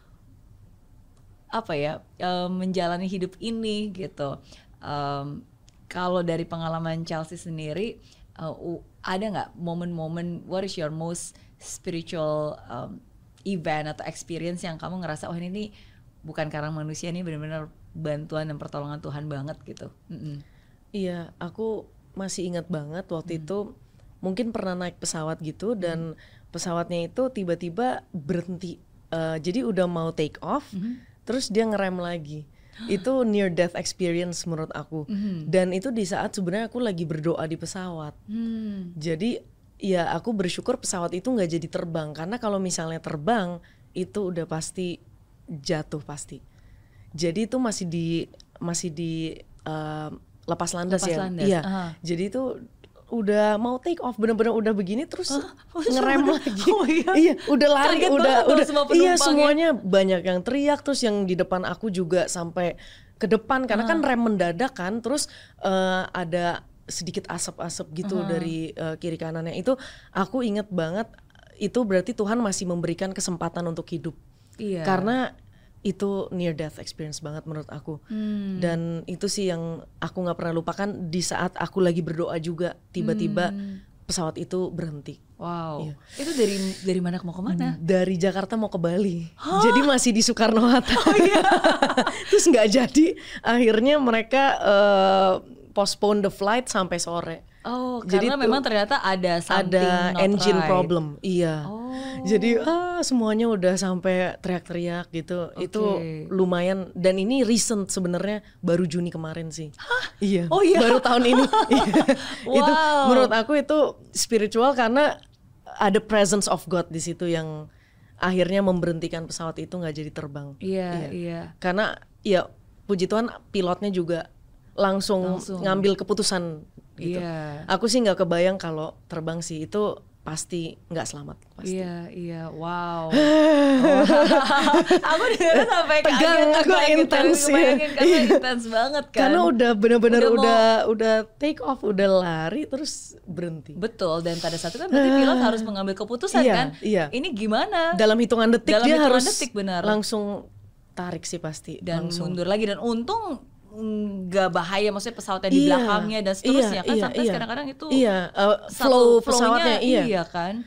Speaker 2: apa ya uh, menjalani hidup ini gitu. Um, kalau dari pengalaman Chelsea sendiri, uh, u- ada nggak momen-momen what is your most spiritual um, event atau experience yang kamu ngerasa oh ini nih bukan karena manusia, nih benar-benar bantuan dan pertolongan Tuhan banget gitu. Mm-mm.
Speaker 1: Iya, aku masih ingat banget waktu itu mungkin pernah naik pesawat gitu dan pesawatnya itu tiba-tiba berhenti. Uh, jadi udah mau take off, terus dia ngerem lagi. Itu near death experience menurut aku. Dan itu di saat sebenarnya aku lagi berdoa di pesawat.
Speaker 2: Hmm.
Speaker 1: Jadi ya aku bersyukur pesawat itu nggak jadi terbang, karena kalau misalnya terbang itu udah pasti jatuh pasti. Jadi itu masih di masih di uh, lepas landas
Speaker 2: Lepas
Speaker 1: ya.
Speaker 2: landas,
Speaker 1: Iya.
Speaker 2: aha.
Speaker 1: Jadi itu udah mau take off, bener-bener udah begini terus ngerem lagi.
Speaker 2: Oh iya.
Speaker 1: Iya, udah lari,
Speaker 2: Kaget
Speaker 1: udah
Speaker 2: banget dong
Speaker 1: udah
Speaker 2: semua
Speaker 1: iya
Speaker 2: penumpang ya.
Speaker 1: semuanya banyak yang teriak, terus yang di depan aku juga sampai ke depan karena kan rem mendadak kan, terus uh, ada sedikit asap-asap gitu dari uh, kiri kanannya. Itu aku inget banget, itu berarti Tuhan masih memberikan kesempatan untuk hidup.
Speaker 2: Iya.
Speaker 1: Karena itu near death experience banget menurut aku.
Speaker 2: Hmm.
Speaker 1: Dan itu sih yang aku nggak pernah lupakan di saat aku lagi berdoa juga, tiba-tiba pesawat itu berhenti.
Speaker 2: Wow.
Speaker 1: Iya.
Speaker 2: Itu dari dari mana mau kemana?
Speaker 1: Dari Jakarta mau ke Bali.
Speaker 2: Hah?
Speaker 1: Jadi masih di Soekarno Hatta.
Speaker 2: Oh iya.
Speaker 1: Terus nggak jadi. Akhirnya mereka uh, postpone the flight sampai sore.
Speaker 2: Oh,
Speaker 1: Jadi
Speaker 2: karena
Speaker 1: tuh
Speaker 2: memang ternyata ada something
Speaker 1: ada
Speaker 2: not
Speaker 1: engine
Speaker 2: right.
Speaker 1: problem. Iya.
Speaker 2: Oh.
Speaker 1: Jadi ah semuanya udah sampai teriak-teriak gitu.
Speaker 2: Okay.
Speaker 1: Itu lumayan, dan ini recent sebenarnya, baru Juni kemarin sih.
Speaker 2: Hah?
Speaker 1: Iya.
Speaker 2: Oh iya.
Speaker 1: Baru tahun ini.
Speaker 2: Wow.
Speaker 1: Itu menurut aku itu spiritual karena ada presence of God di situ yang akhirnya memberhentikan pesawat itu nggak jadi terbang.
Speaker 2: Iya, iya, iya.
Speaker 1: Karena ya puji Tuhan pilotnya juga langsung,
Speaker 2: Langsung.
Speaker 1: ngambil keputusan gitu.
Speaker 2: Iya.
Speaker 1: Aku sih nggak kebayang kalau terbang sih, itu pasti nggak selamat pasti.
Speaker 2: Iya, iya, wow. oh. Aku dengar sampai
Speaker 1: tegang,
Speaker 2: kaget,
Speaker 1: aku intens ya.
Speaker 2: Karena intens banget kan.
Speaker 1: Karena udah benar-benar
Speaker 2: Udah
Speaker 1: udah
Speaker 2: mau-
Speaker 1: udah take off, udah lari terus berhenti.
Speaker 2: Betul, dan pada saat itu kan berarti pilot harus mengambil keputusan
Speaker 1: Iya,
Speaker 2: kan.
Speaker 1: iya.
Speaker 2: Ini gimana?
Speaker 1: Dalam hitungan detik
Speaker 2: Dalam
Speaker 1: dia
Speaker 2: hitungan
Speaker 1: harus
Speaker 2: detik, benar.
Speaker 1: langsung tarik sih pasti.
Speaker 2: Dan
Speaker 1: langsung.
Speaker 2: mundur lagi, dan untung nggak bahaya, maksudnya pesawatnya di
Speaker 1: Iya,
Speaker 2: belakangnya dan seterusnya
Speaker 1: iya,
Speaker 2: kan.
Speaker 1: iya,
Speaker 2: Sometimes
Speaker 1: iya.
Speaker 2: kadang-kadang itu
Speaker 1: Iya, uh,
Speaker 2: satu
Speaker 1: flow
Speaker 2: flow-nya,
Speaker 1: pesawatnya iya.
Speaker 2: iya kan.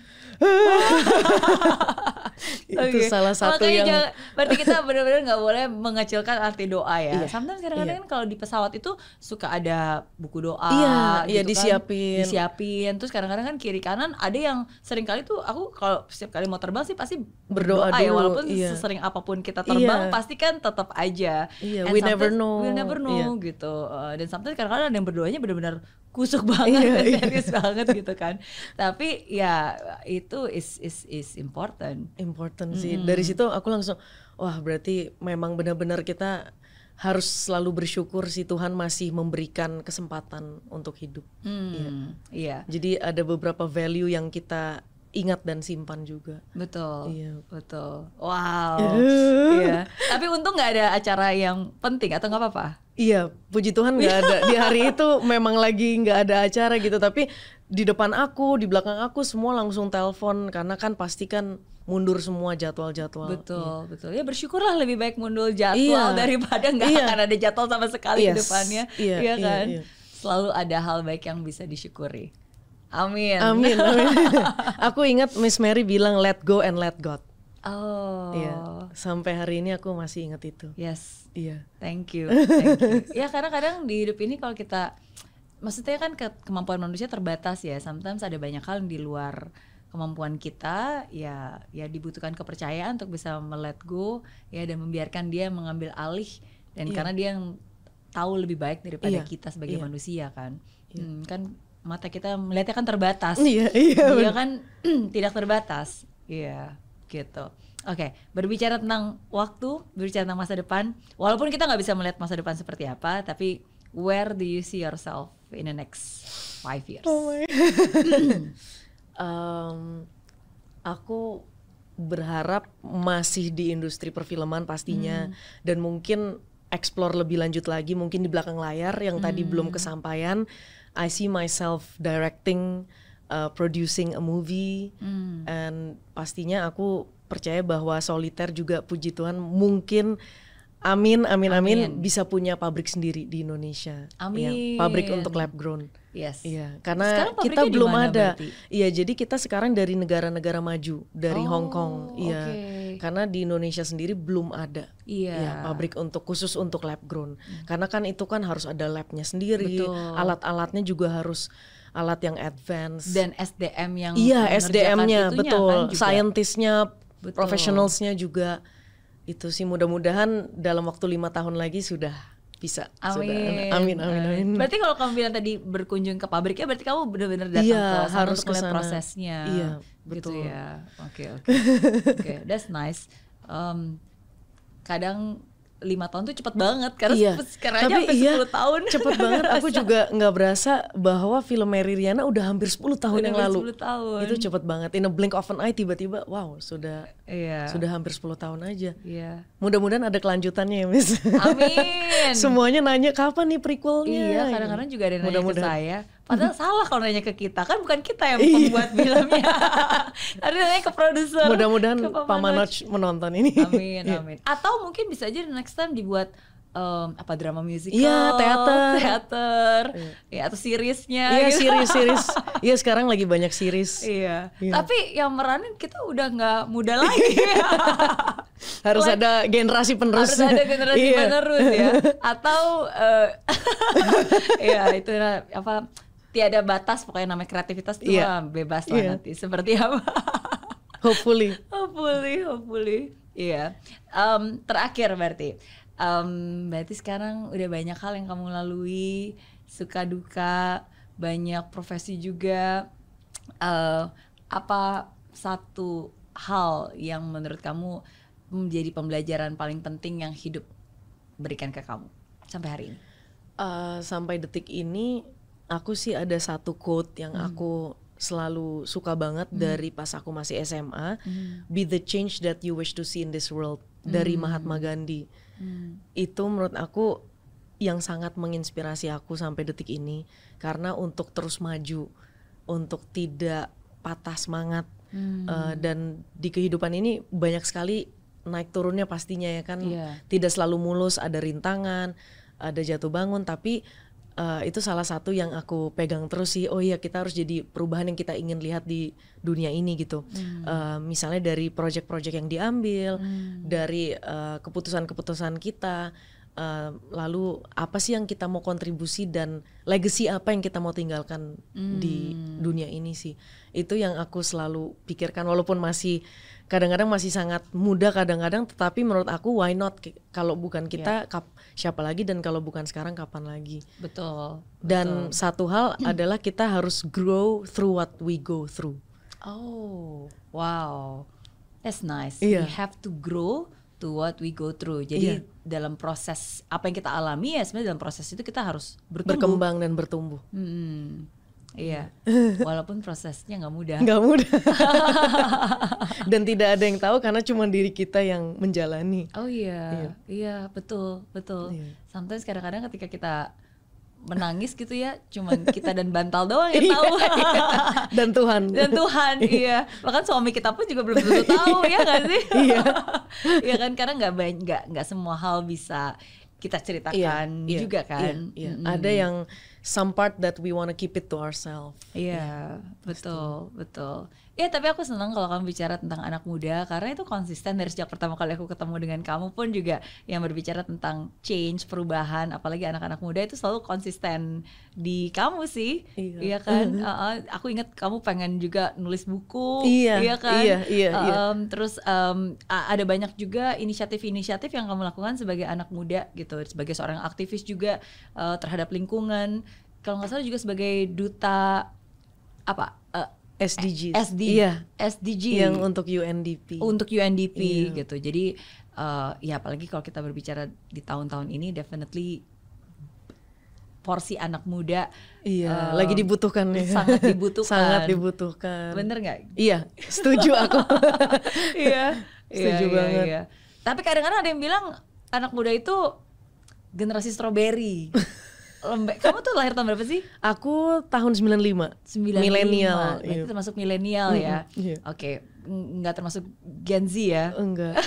Speaker 1: Itu
Speaker 2: Oke.
Speaker 1: salah satu
Speaker 2: Makanya
Speaker 1: yang
Speaker 2: jangan, berarti kita benar-benar nggak boleh mengecilkan arti doa ya.
Speaker 1: Iya,
Speaker 2: Sometimes kadang-kadang
Speaker 1: iya.
Speaker 2: kalau di pesawat itu suka ada buku doa,
Speaker 1: Iya,
Speaker 2: gitu
Speaker 1: iya,
Speaker 2: kan.
Speaker 1: disiapin.
Speaker 2: Disiapin. Terus kadang-kadang kan kiri kanan ada yang sering kali tuh, aku kalau setiap kali mau terbang sih pasti
Speaker 1: Berdoa
Speaker 2: berdoa, ya,
Speaker 1: dulu,
Speaker 2: walaupun
Speaker 1: iya.
Speaker 2: sesering apapun kita terbang
Speaker 1: Iya.
Speaker 2: pasti kan tetap aja.
Speaker 1: Iya,
Speaker 2: And
Speaker 1: we never
Speaker 2: sometimes
Speaker 1: know.
Speaker 2: We never know
Speaker 1: Iya.
Speaker 2: gitu. Uh, dan sometimes kadang-kadang ada yang berdoanya benar-benar kusuk banget,
Speaker 1: Iya,
Speaker 2: dan
Speaker 1: iya.
Speaker 2: serius banget gitu kan. Tapi ya itu is is is important.
Speaker 1: important sih. Dari situ aku langsung, wah berarti memang benar-benar kita harus selalu bersyukur sih, Tuhan masih memberikan kesempatan untuk hidup.
Speaker 2: Hmm,
Speaker 1: Iya.
Speaker 2: iya.
Speaker 1: Jadi ada beberapa value yang kita ingat dan simpan juga.
Speaker 2: Betul,
Speaker 1: Iya.
Speaker 2: betul. Wow. Iya. Tapi untung nggak ada acara yang penting atau nggak apa-apa?
Speaker 1: Iya, puji Tuhan nggak ada. Di hari itu memang lagi nggak ada acara gitu, tapi di depan aku, di belakang aku semua langsung telepon karena kan pasti kan mundur semua jadwal-jadwal.
Speaker 2: Betul, betul. Ya bersyukurlah, lebih baik mundur jadwal
Speaker 1: Iya.
Speaker 2: daripada nggak
Speaker 1: Iya.
Speaker 2: akan ada jadwal sama sekali
Speaker 1: Yes.
Speaker 2: ke depannya.
Speaker 1: Iya,
Speaker 2: Iya
Speaker 1: iya,
Speaker 2: kan?
Speaker 1: iya.
Speaker 2: Selalu ada hal baik yang bisa disyukuri. Amin.
Speaker 1: Amin, amin. Aku ingat Miss Mary bilang let go and let God.
Speaker 2: Oh.
Speaker 1: Iya, sampai hari ini aku masih ingat itu.
Speaker 2: Yes.
Speaker 1: Iya.
Speaker 2: Thank you, thank you. Ya kadang-kadang di hidup ini kalau kita, maksudnya kan ke, kemampuan manusia terbatas ya. Sometimes ada banyak hal yang di luar kemampuan kita. Ya, ya dibutuhkan kepercayaan untuk bisa me-let go ya, dan membiarkan dia mengambil alih. Dan
Speaker 1: Iya.
Speaker 2: karena dia yang tahu lebih baik daripada
Speaker 1: Iya,
Speaker 2: kita sebagai
Speaker 1: iya.
Speaker 2: manusia kan.
Speaker 1: Iya.
Speaker 2: Hmm, kan mata kita melihatnya kan terbatas.
Speaker 1: Iya, iya.
Speaker 2: Dia
Speaker 1: benar.
Speaker 2: kan tidak terbatas. Iya, gitu. Oke, berbicara tentang waktu, berbicara tentang masa depan. Walaupun kita nggak bisa melihat masa depan seperti apa, tapi where do you see yourself in the next five years?
Speaker 1: Oh my. um, aku berharap masih di industri perfilman pastinya,
Speaker 2: Hmm.
Speaker 1: dan mungkin explore lebih lanjut lagi mungkin di belakang layar yang tadi
Speaker 2: Hmm.
Speaker 1: belum kesampaian. I see myself directing, uh, producing a movie,
Speaker 2: Hmm.
Speaker 1: and pastinya aku percaya bahwa Soliter juga puji Tuhan mungkin amin amin amin,
Speaker 2: Amin.
Speaker 1: bisa punya pabrik sendiri di Indonesia.
Speaker 2: Amin.
Speaker 1: Ya, pabrik untuk lab grown.
Speaker 2: Yes.
Speaker 1: Iya, karena
Speaker 2: Sekarang pabriknya
Speaker 1: kita
Speaker 2: di
Speaker 1: belum
Speaker 2: mana
Speaker 1: ada.
Speaker 2: berarti?
Speaker 1: Iya, jadi kita sekarang dari negara-negara maju, dari
Speaker 2: Oh,
Speaker 1: Hong Kong. Iya.
Speaker 2: oke.
Speaker 1: Karena di Indonesia sendiri belum ada.
Speaker 2: Iya.
Speaker 1: Ya, pabrik untuk khusus untuk lab grown. Karena kan itu kan harus ada labnya sendiri,
Speaker 2: Betul.
Speaker 1: alat-alatnya juga harus alat yang advance.
Speaker 2: Dan S D M yang
Speaker 1: iya,
Speaker 2: mengerjakan
Speaker 1: S D M-nya
Speaker 2: itunya
Speaker 1: betul,
Speaker 2: kan juga.
Speaker 1: scientist-nya,
Speaker 2: Betul.
Speaker 1: professionals-nya juga. Itu sih mudah-mudahan dalam waktu lima tahun lagi sudah bisa.
Speaker 2: Amin.
Speaker 1: Sudah. Amin, amin, amin.
Speaker 2: Berarti kalau kamu bilang tadi berkunjung ke pabriknya, berarti kamu benar-benar datang
Speaker 1: Iya,
Speaker 2: ke sana
Speaker 1: harus
Speaker 2: untuk melihat
Speaker 1: ke sana.
Speaker 2: prosesnya.
Speaker 1: Iya,
Speaker 2: Gitu
Speaker 1: betul.
Speaker 2: ya. Oke, oke. Oke, that's nice. Um, kadang lima tahun tuh cepet banget karena
Speaker 1: Iya.
Speaker 2: sekarang aja
Speaker 1: Tapi
Speaker 2: sampai
Speaker 1: iya,
Speaker 2: sepuluh tahun.
Speaker 1: cepet banget. Aku juga nggak berasa bahwa film Mary Riana udah hampir sepuluh tahun
Speaker 2: Udah
Speaker 1: yang
Speaker 2: hampir
Speaker 1: lalu.
Speaker 2: sepuluh tahun.
Speaker 1: Itu cepet banget. In a blink of an eye tiba-tiba, wow, sudah
Speaker 2: Iya.
Speaker 1: sudah hampir sepuluh tahun aja.
Speaker 2: Iya.
Speaker 1: Mudah-mudahan ada kelanjutannya ya, Miss.
Speaker 2: Amin.
Speaker 1: Semuanya nanya kapan nih prequelnya.
Speaker 2: Iya, kadang-kadang juga ada yang nanya ke
Speaker 1: Mudah-mudahan.
Speaker 2: saya. Padahal salah kalau nanya ke kita, kan bukan kita yang
Speaker 1: Iya.
Speaker 2: membuat filmnya. Ada nanya ke produser.
Speaker 1: Mudah-mudahan
Speaker 2: ke
Speaker 1: Pak Manoj menonton ini.
Speaker 2: Amin,
Speaker 1: Iya.
Speaker 2: amin. Atau mungkin bisa aja next time dibuat um, apa drama musical,
Speaker 1: Iya, teater,
Speaker 2: teater, iya. ya atau seriesnya.
Speaker 1: Iya,
Speaker 2: gitu.
Speaker 1: series-series. Iya, sekarang lagi banyak series.
Speaker 2: Iya.
Speaker 1: Iya.
Speaker 2: Tapi yang meranin kita udah nggak muda lagi.
Speaker 1: Harus like, ada generasi penerus.
Speaker 2: Harus ada generasi
Speaker 1: iya.
Speaker 2: penerus ya. Atau uh, ya itu apa? Tiada batas pokoknya namanya kreativitas tuh yeah. bebas lah yeah. nanti. Seperti apa?
Speaker 1: Hopefully.
Speaker 2: hopefully, hopefully. Iya. Um, terakhir berarti. Um, berarti sekarang udah banyak hal yang kamu lalui, suka duka, banyak profesi juga. Uh, apa satu hal yang menurut kamu menjadi pembelajaran paling penting yang hidup berikan ke kamu sampai hari ini?
Speaker 1: Uh, sampai detik ini, aku sih ada satu quote yang hmm. aku selalu suka banget hmm. dari pas aku masih S M A, hmm. be the change that you wish to see in this world, dari hmm. Mahatma Gandhi. Hmm. Itu menurut aku yang sangat menginspirasi aku sampai detik ini, karena untuk terus maju, untuk tidak patah semangat, hmm. uh, dan di kehidupan ini banyak sekali naik turunnya pastinya ya kan, yeah. tidak selalu mulus, ada rintangan, ada jatuh bangun, tapi uh, itu salah satu yang aku pegang terus sih. Oh iya, kita harus jadi perubahan yang kita ingin lihat di dunia ini gitu. Hmm. Uh, misalnya dari project-project yang diambil, hmm. dari uh, keputusan-keputusan kita, uh, lalu apa sih yang kita mau kontribusi dan legacy apa yang kita mau tinggalkan hmm. di dunia ini sih. Itu yang aku selalu pikirkan, walaupun masih kadang-kadang masih sangat muda kadang-kadang, tetapi menurut aku why not, kalau bukan kita yeah. kap, siapa lagi, dan kalau bukan sekarang kapan lagi.
Speaker 2: Betul.
Speaker 1: Dan betul. Satu hal adalah kita harus grow through what we go through.
Speaker 2: Oh, wow, that's nice.
Speaker 1: Yeah.
Speaker 2: We have to grow to what we go through. Jadi yeah. dalam proses apa yang kita alami ya sebenarnya dalam proses itu kita harus bertumbuh.
Speaker 1: Berkembang dan bertumbuh.
Speaker 2: Hmm. Iya, walaupun prosesnya nggak mudah.
Speaker 1: Nggak mudah. Dan tidak ada yang tahu karena cuma diri kita yang menjalani.
Speaker 2: Oh iya, iya, iya betul, betul. Iya. Sometimes kadang-kadang ketika kita menangis gitu ya, cuman kita dan bantal doang yang tahu.
Speaker 1: Iya. Dan Tuhan.
Speaker 2: Dan Tuhan, iya. Bahkan suami kita pun juga belum tentu tahu ya nggak sih? Iya. Iya kan, karena nggak banyak, nggak nggak semua hal bisa kita ceritakan iya, juga kan.
Speaker 1: Iya, iya. Mm-hmm. Ada yang some part that we wanna keep it to ourselves.
Speaker 2: Iya, yeah, betul, betul. Iya, tapi aku senang kalau kamu bicara tentang anak muda, karena itu konsisten dari sejak pertama kali aku ketemu dengan kamu pun juga yang berbicara tentang change, perubahan, apalagi anak-anak muda itu selalu konsisten di kamu sih. Iya, iya kan? uh, aku ingat kamu pengen juga nulis buku,
Speaker 1: iya,
Speaker 2: iya kan?
Speaker 1: Iya, iya,
Speaker 2: um,
Speaker 1: iya.
Speaker 2: Terus um, ada banyak juga inisiatif-inisiatif yang kamu lakukan sebagai anak muda gitu, sebagai seorang aktivis juga uh, terhadap lingkungan. Kalau nggak salah juga sebagai duta apa? Uh,
Speaker 1: S D G.
Speaker 2: S D,
Speaker 1: iya.
Speaker 2: S D G
Speaker 1: yang untuk U N D P.
Speaker 2: Untuk U N D P
Speaker 1: iya.
Speaker 2: gitu. Jadi uh, ya apalagi kalau kita berbicara di tahun-tahun ini, definitely porsi anak muda
Speaker 1: iya,
Speaker 2: um,
Speaker 1: lagi dibutuhkan ya.
Speaker 2: Sangat dibutuhkan.
Speaker 1: Sangat dibutuhkan.
Speaker 2: Bener nggak?
Speaker 1: Iya, setuju aku.
Speaker 2: Iya,
Speaker 1: setuju
Speaker 2: iya,
Speaker 1: banget.
Speaker 2: Iya. Tapi kadang-kadang ada yang bilang anak muda itu generasi strawberry. Lembek. Kamu tuh lahir tahun berapa sih?
Speaker 1: Aku tahun sembilan puluh lima. Milenial.
Speaker 2: Berarti iya. termasuk milenial
Speaker 1: mm-hmm.
Speaker 2: ya.
Speaker 1: Iya.
Speaker 2: Oke, nggak termasuk Gen Z ya?
Speaker 1: Enggak.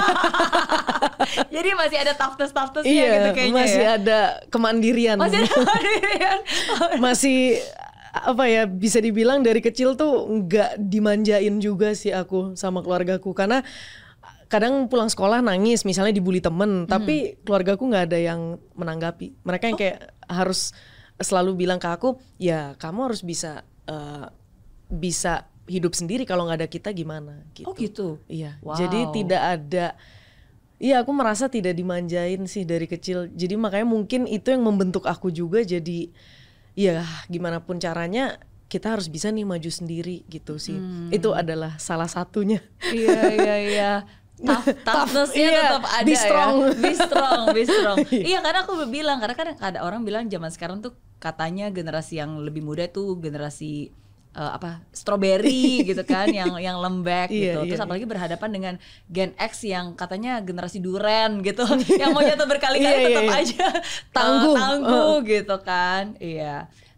Speaker 2: Jadi masih ada toughness-toughnessnya
Speaker 1: iya,
Speaker 2: gitu kayaknya
Speaker 1: masih
Speaker 2: ya?
Speaker 1: ada kemandirian.
Speaker 2: Masih ada kemandirian.
Speaker 1: Masih apa ya, bisa dibilang dari kecil tuh nggak dimanjain juga sih aku sama keluargaku, karena kadang pulang sekolah nangis misalnya dibully temen, hmm. tapi keluargaku nggak ada yang menanggapi. Mereka yang kayak oh. harus selalu bilang ke aku, ya kamu harus bisa uh, bisa hidup sendiri, kalau nggak ada kita gimana gitu.
Speaker 2: Oh gitu?
Speaker 1: Iya,
Speaker 2: wow.
Speaker 1: Jadi tidak ada, iya aku merasa tidak dimanjain sih dari kecil. Jadi makanya mungkin itu yang membentuk aku juga, jadi ya gimana pun caranya kita harus bisa nih maju sendiri gitu sih. Hmm. Itu adalah salah satunya.
Speaker 2: Iya, iya, iya. Tough, toughness-nya
Speaker 1: iya,
Speaker 2: tetap ada
Speaker 1: be strong.
Speaker 2: ya. Be strong, be strong. Iya, karena aku bilang, karena kadang ada orang bilang zaman sekarang tuh katanya generasi yang lebih muda tuh generasi uh, apa strawberry gitu kan, yang yang lembek gitu.
Speaker 1: Iya,
Speaker 2: Terus
Speaker 1: iya,
Speaker 2: apalagi berhadapan dengan Gen X yang katanya generasi duren gitu, yang mau jatuh berkali-kali
Speaker 1: iya,
Speaker 2: tetap
Speaker 1: iya.
Speaker 2: aja
Speaker 1: tangguh,
Speaker 2: tangguh
Speaker 1: uh.
Speaker 2: gitu kan. Iya.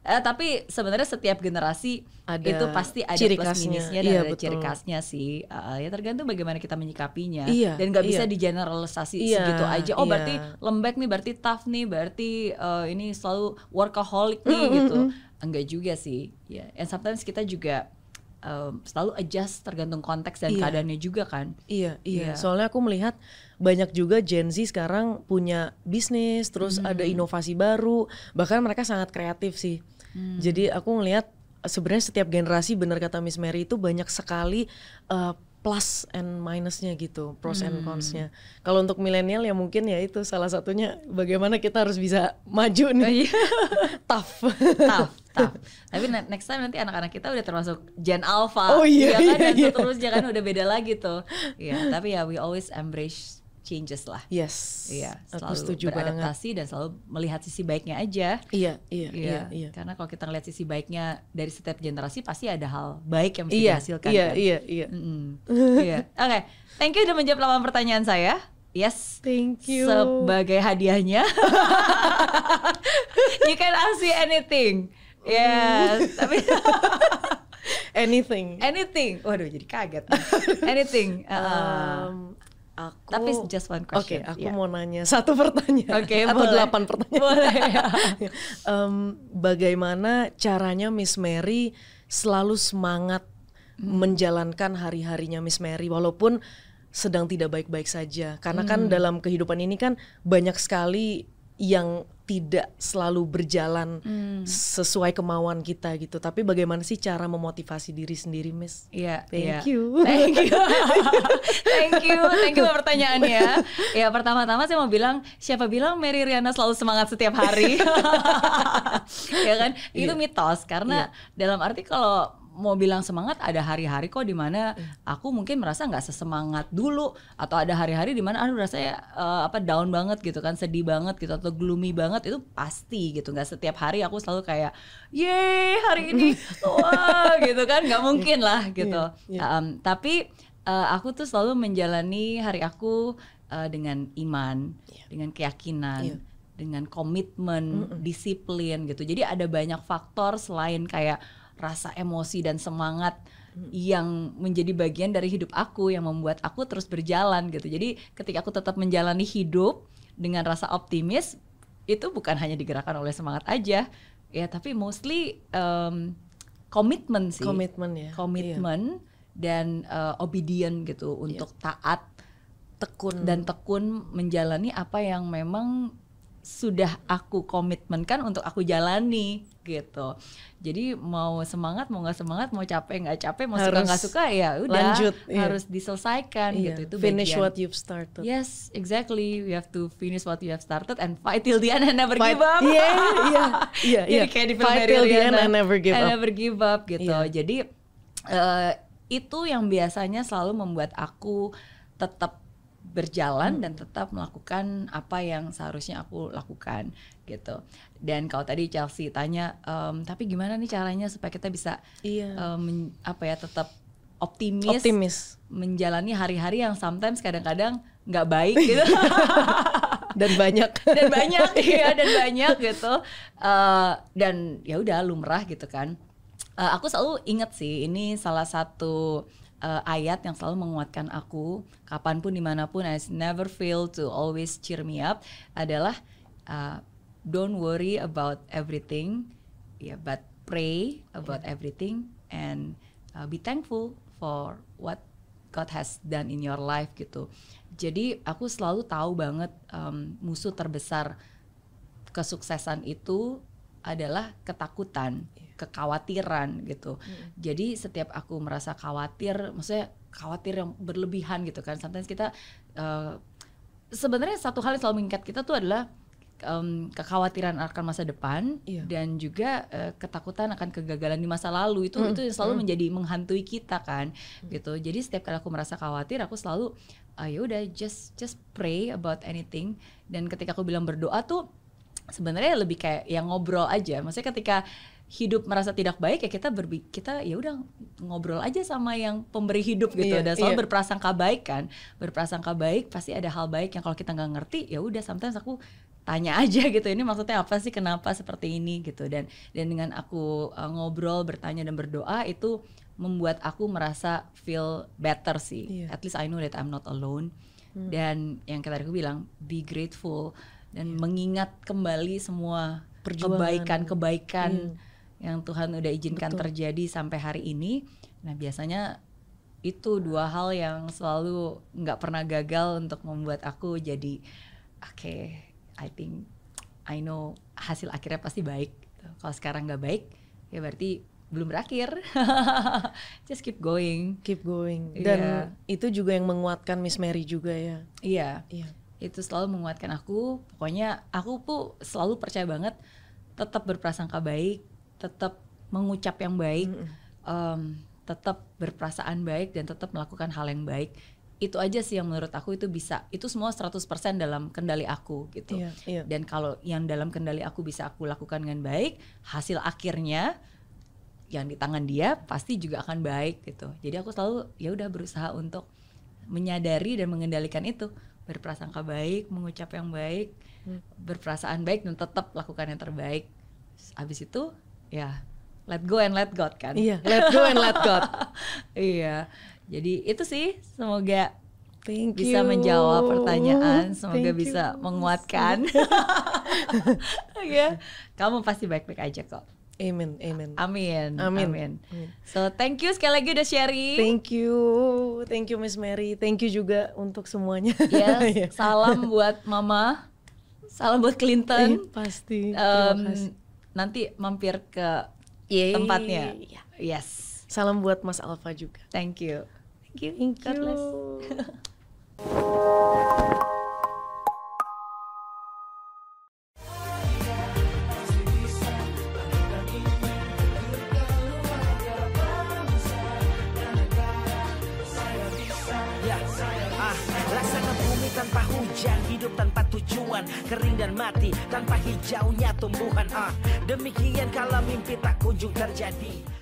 Speaker 2: Eh, tapi sebenarnya setiap generasi
Speaker 1: ada
Speaker 2: itu pasti ada
Speaker 1: ciri
Speaker 2: plus
Speaker 1: khasnya.
Speaker 2: minusnya dan
Speaker 1: Iya,
Speaker 2: ada
Speaker 1: betul.
Speaker 2: ciri khasnya sih. Uh, ya tergantung bagaimana kita menyikapinya.
Speaker 1: Iya,
Speaker 2: dan nggak bisa
Speaker 1: iya.
Speaker 2: digeneralisasi
Speaker 1: Iya,
Speaker 2: segitu aja. Oh
Speaker 1: iya.
Speaker 2: berarti lembek nih, berarti tough nih, berarti uh, ini selalu workaholic nih
Speaker 1: Mm, mm,
Speaker 2: gitu.
Speaker 1: mm.
Speaker 2: Enggak juga sih. Ya, and sometimes kita juga um, selalu adjust tergantung konteks dan
Speaker 1: Iya.
Speaker 2: keadaannya juga kan.
Speaker 1: Iya, iya.
Speaker 2: Iya.
Speaker 1: Soalnya aku melihat banyak juga Gen Z sekarang punya bisnis, terus
Speaker 2: Hmm.
Speaker 1: ada inovasi baru, bahkan mereka sangat kreatif sih.
Speaker 2: Hmm.
Speaker 1: Jadi aku ngelihat sebenarnya setiap generasi, benar kata Miss Mary, itu banyak sekali uh, plus and minusnya gitu, pros and
Speaker 2: Hmm.
Speaker 1: cons-nya. Kalau untuk milenial ya mungkin ya itu salah satunya bagaimana kita harus bisa maju nih.
Speaker 2: Oh, iya.
Speaker 1: Tough.
Speaker 2: tough, tough. Tapi ne- next time nanti anak-anak kita udah termasuk Gen Alpha,
Speaker 1: Oh iya,
Speaker 2: ya kan?
Speaker 1: iya,
Speaker 2: Dan
Speaker 1: iya.
Speaker 2: seterusnya kan udah beda lagi tuh. Ya, tapi ya we always embrace changes lah.
Speaker 1: Yes.
Speaker 2: Iya,
Speaker 1: Aku
Speaker 2: selalu
Speaker 1: setuju banget.
Speaker 2: beradaptasi dan selalu melihat sisi baiknya aja.
Speaker 1: Iya, iya, iya,
Speaker 2: Iya,
Speaker 1: iya.
Speaker 2: karena kalau kita ngelihat sisi baiknya dari setiap generasi pasti ada hal baik yang mesti
Speaker 1: Iya,
Speaker 2: dihasilkan
Speaker 1: iya,
Speaker 2: kan.
Speaker 1: iya, iya.
Speaker 2: Mm-mm. Iya. Oke, thank you udah menjawab delapan pertanyaan saya. Yes.
Speaker 1: Thank you.
Speaker 2: Sebagai hadiahnya. You can ask me anything. Yes, tapi
Speaker 1: Anything.
Speaker 2: anything. Waduh, jadi kaget. Anything. Uh,
Speaker 1: Um, aku,
Speaker 2: tapi just one
Speaker 1: Oke,
Speaker 2: question.
Speaker 1: aku
Speaker 2: Yeah.
Speaker 1: mau nanya satu pertanyaan.
Speaker 2: Oke,
Speaker 1: atau
Speaker 2: boleh.
Speaker 1: delapan pertanyaan.
Speaker 2: Boleh.
Speaker 1: um, bagaimana caranya Miss Mary selalu semangat
Speaker 2: Hmm.
Speaker 1: menjalankan hari-harinya Miss Mary walaupun sedang tidak baik-baik saja? Karena kan
Speaker 2: Hmm.
Speaker 1: dalam kehidupan ini kan banyak sekali yang tidak selalu berjalan
Speaker 2: Hmm.
Speaker 1: sesuai kemauan kita gitu. Tapi bagaimana sih cara memotivasi diri sendiri, Miss?
Speaker 2: Iya,
Speaker 1: Thank
Speaker 2: iya.
Speaker 1: you.
Speaker 2: Thank you. Thank you. Thank you buat pertanyaannya. Ya, pertama-tama saya mau bilang, siapa bilang Mary Riana selalu semangat setiap hari? Ya kan? Itu
Speaker 1: Iya.
Speaker 2: mitos karena dalam arti kalau mau bilang semangat ada hari-hari kok di mana aku mungkin merasa nggak sesemangat dulu atau ada hari-hari di mana aduh rasanya eh, apa down banget gitu kan, sedih banget gitu atau gloomy banget, itu pasti gitu. Nggak setiap hari aku selalu kayak yeay hari ini wah gitu kan, nggak mungkin lah gitu.
Speaker 1: Iya, iya.
Speaker 2: Um, tapi uh, aku tuh selalu menjalani hari aku uh, dengan iman, dengan keyakinan,
Speaker 1: Iya.
Speaker 2: dengan komitmen, disiplin gitu. Jadi ada banyak faktor selain kayak rasa emosi dan semangat yang menjadi bagian dari hidup aku yang membuat aku terus berjalan gitu. Jadi ketika aku tetap menjalani hidup dengan rasa optimis, itu bukan hanya digerakkan oleh semangat aja, ya tapi mostly um, komitmen sih.
Speaker 1: Komitmen ya.
Speaker 2: Komitmen dan uh, obedient gitu untuk taat
Speaker 1: Tekun.
Speaker 2: dan tekun menjalani apa yang memang sudah aku komitmenkan untuk aku jalani gitu. Jadi mau semangat mau nggak semangat, mau capek nggak capek, mau suka
Speaker 1: Harus
Speaker 2: nggak suka ya udah
Speaker 1: lanjut, iya.
Speaker 2: harus diselesaikan
Speaker 1: Iya.
Speaker 2: gitu. Itu
Speaker 1: Finish
Speaker 2: bagian.
Speaker 1: what you've started.
Speaker 2: Yes, exactly. We have to finish what you have started and fight till the end and never
Speaker 1: Fight-
Speaker 2: give up.
Speaker 1: Iya, iya, iya,
Speaker 2: Jadi
Speaker 1: iya.
Speaker 2: kayak di film
Speaker 1: Fight
Speaker 2: Mary
Speaker 1: till the end
Speaker 2: Riana,
Speaker 1: and never give
Speaker 2: and
Speaker 1: up.
Speaker 2: never give up gitu.
Speaker 1: Iya.
Speaker 2: Jadi eh, itu yang biasanya selalu membuat aku tetap berjalan
Speaker 1: Hmm.
Speaker 2: dan tetap melakukan apa yang seharusnya aku lakukan gitu. Dan kalau tadi Chelsea tanya, ehm, tapi gimana nih caranya supaya kita bisa
Speaker 1: Iya.
Speaker 2: em, men- apa ya tetap optimis,
Speaker 1: Optimis.
Speaker 2: menjalani hari-hari yang sometimes kadang-kadang nggak baik gitu.
Speaker 1: Dan banyak.
Speaker 2: Dan banyak ya dan banyak gitu. Eh, dan ya udah lumrah gitu kan. Eh, aku selalu inget sih ini salah satu eh, ayat yang selalu menguatkan aku kapanpun dimanapun. I never fail to always cheer me up adalah uh, don't worry about everything, yeah, but pray about everything and uh, be thankful for what God has done in your life gitu. Jadi aku selalu tahu banget um, musuh terbesar kesuksesan itu adalah ketakutan, kekhawatiran gitu. Jadi setiap aku merasa khawatir, maksudnya khawatir yang berlebihan gitu kan. Sometimes kita uh, sebenarnya satu hal yang selalu mengikat kita tuh adalah um, kekhawatiran akan masa depan,
Speaker 1: Iya.
Speaker 2: dan juga uh, ketakutan akan kegagalan di masa lalu. Itu
Speaker 1: Mm,
Speaker 2: itu yang selalu
Speaker 1: mm.
Speaker 2: menjadi menghantui kita kan gitu. Jadi setiap kali aku merasa khawatir, aku selalu uh, ya udah just just pray about anything. Dan ketika aku bilang berdoa tuh sebenarnya lebih kayak yang ngobrol aja. Maksudnya ketika hidup merasa tidak baik ya kita berbi kita ya udah ngobrol aja sama yang pemberi hidup gitu.
Speaker 1: Iya,
Speaker 2: Dan selalu
Speaker 1: iya.
Speaker 2: berprasangka baik kan. Berprasangka baik pasti ada hal baik yang kalau kita nggak ngerti ya udah sometimes aku tanya aja gitu, ini maksudnya apa sih, kenapa seperti ini gitu. Dan dan dengan aku uh, ngobrol, bertanya dan berdoa, itu membuat aku merasa feel better sih. Yeah. At least I know that I'm not alone. Hmm. Dan yang tadi aku bilang, be grateful dan yeah. mengingat kembali semua kebaikan-kebaikan hmm. yang Tuhan udah izinkan Betul. terjadi sampai hari ini. Nah biasanya itu dua hal yang selalu nggak pernah gagal untuk membuat aku jadi oke. Okay, I think I know hasil akhirnya pasti baik. Kalau sekarang nggak baik, ya berarti belum berakhir. Just keep going,
Speaker 1: keep going. Dan yeah. itu juga yang menguatkan Miss Mary juga ya.
Speaker 2: Iya, yeah. yeah. itu selalu menguatkan aku. Pokoknya aku tuh selalu percaya banget, tetap berprasangka baik, tetap mengucap yang baik, mm-hmm. um, tetap berperasaan baik dan tetap melakukan hal yang baik. Itu aja sih yang menurut aku itu bisa, itu semua seratus persen dalam kendali aku gitu. Yeah, yeah. Dan kalau yang dalam kendali aku bisa aku lakukan dengan baik, hasil akhirnya yang di tangan dia pasti juga akan baik gitu. Jadi aku selalu ya udah berusaha untuk menyadari dan mengendalikan itu, berprasangka baik, mengucap yang baik, hmm. berperasaan baik dan tetap lakukan yang terbaik. Habis itu ya let go and let God kan.
Speaker 1: Iya, let go and let God.
Speaker 2: Iya. Jadi itu sih, semoga
Speaker 1: Thank
Speaker 2: bisa
Speaker 1: you.
Speaker 2: menjawab pertanyaan, semoga Thank bisa you. menguatkan. Ya, kamu pasti baik-baik aja kok.
Speaker 1: Amin, amin.
Speaker 2: Amin,
Speaker 1: amin.
Speaker 2: Amin. So thank you sekali lagi udah sharing.
Speaker 1: Thank you, thank you Miss Mary. Thank you juga untuk semuanya.
Speaker 2: Yes, salam buat Mama, salam buat Clinton.
Speaker 1: Eh, pasti.
Speaker 2: Um, Terima kasih. Nanti mampir ke Yeay. tempatnya. Yes.
Speaker 1: Salam buat Mas Alfa juga.
Speaker 2: Thank you. Thank you.
Speaker 1: Thank
Speaker 2: God
Speaker 1: you.
Speaker 2: bless.
Speaker 4: Tanpa hujan, hidup tanpa tujuan, kering dan mati tanpa hijaunya tumbuhan. Ah, demikian kalau mimpi tak kunjung terjadi.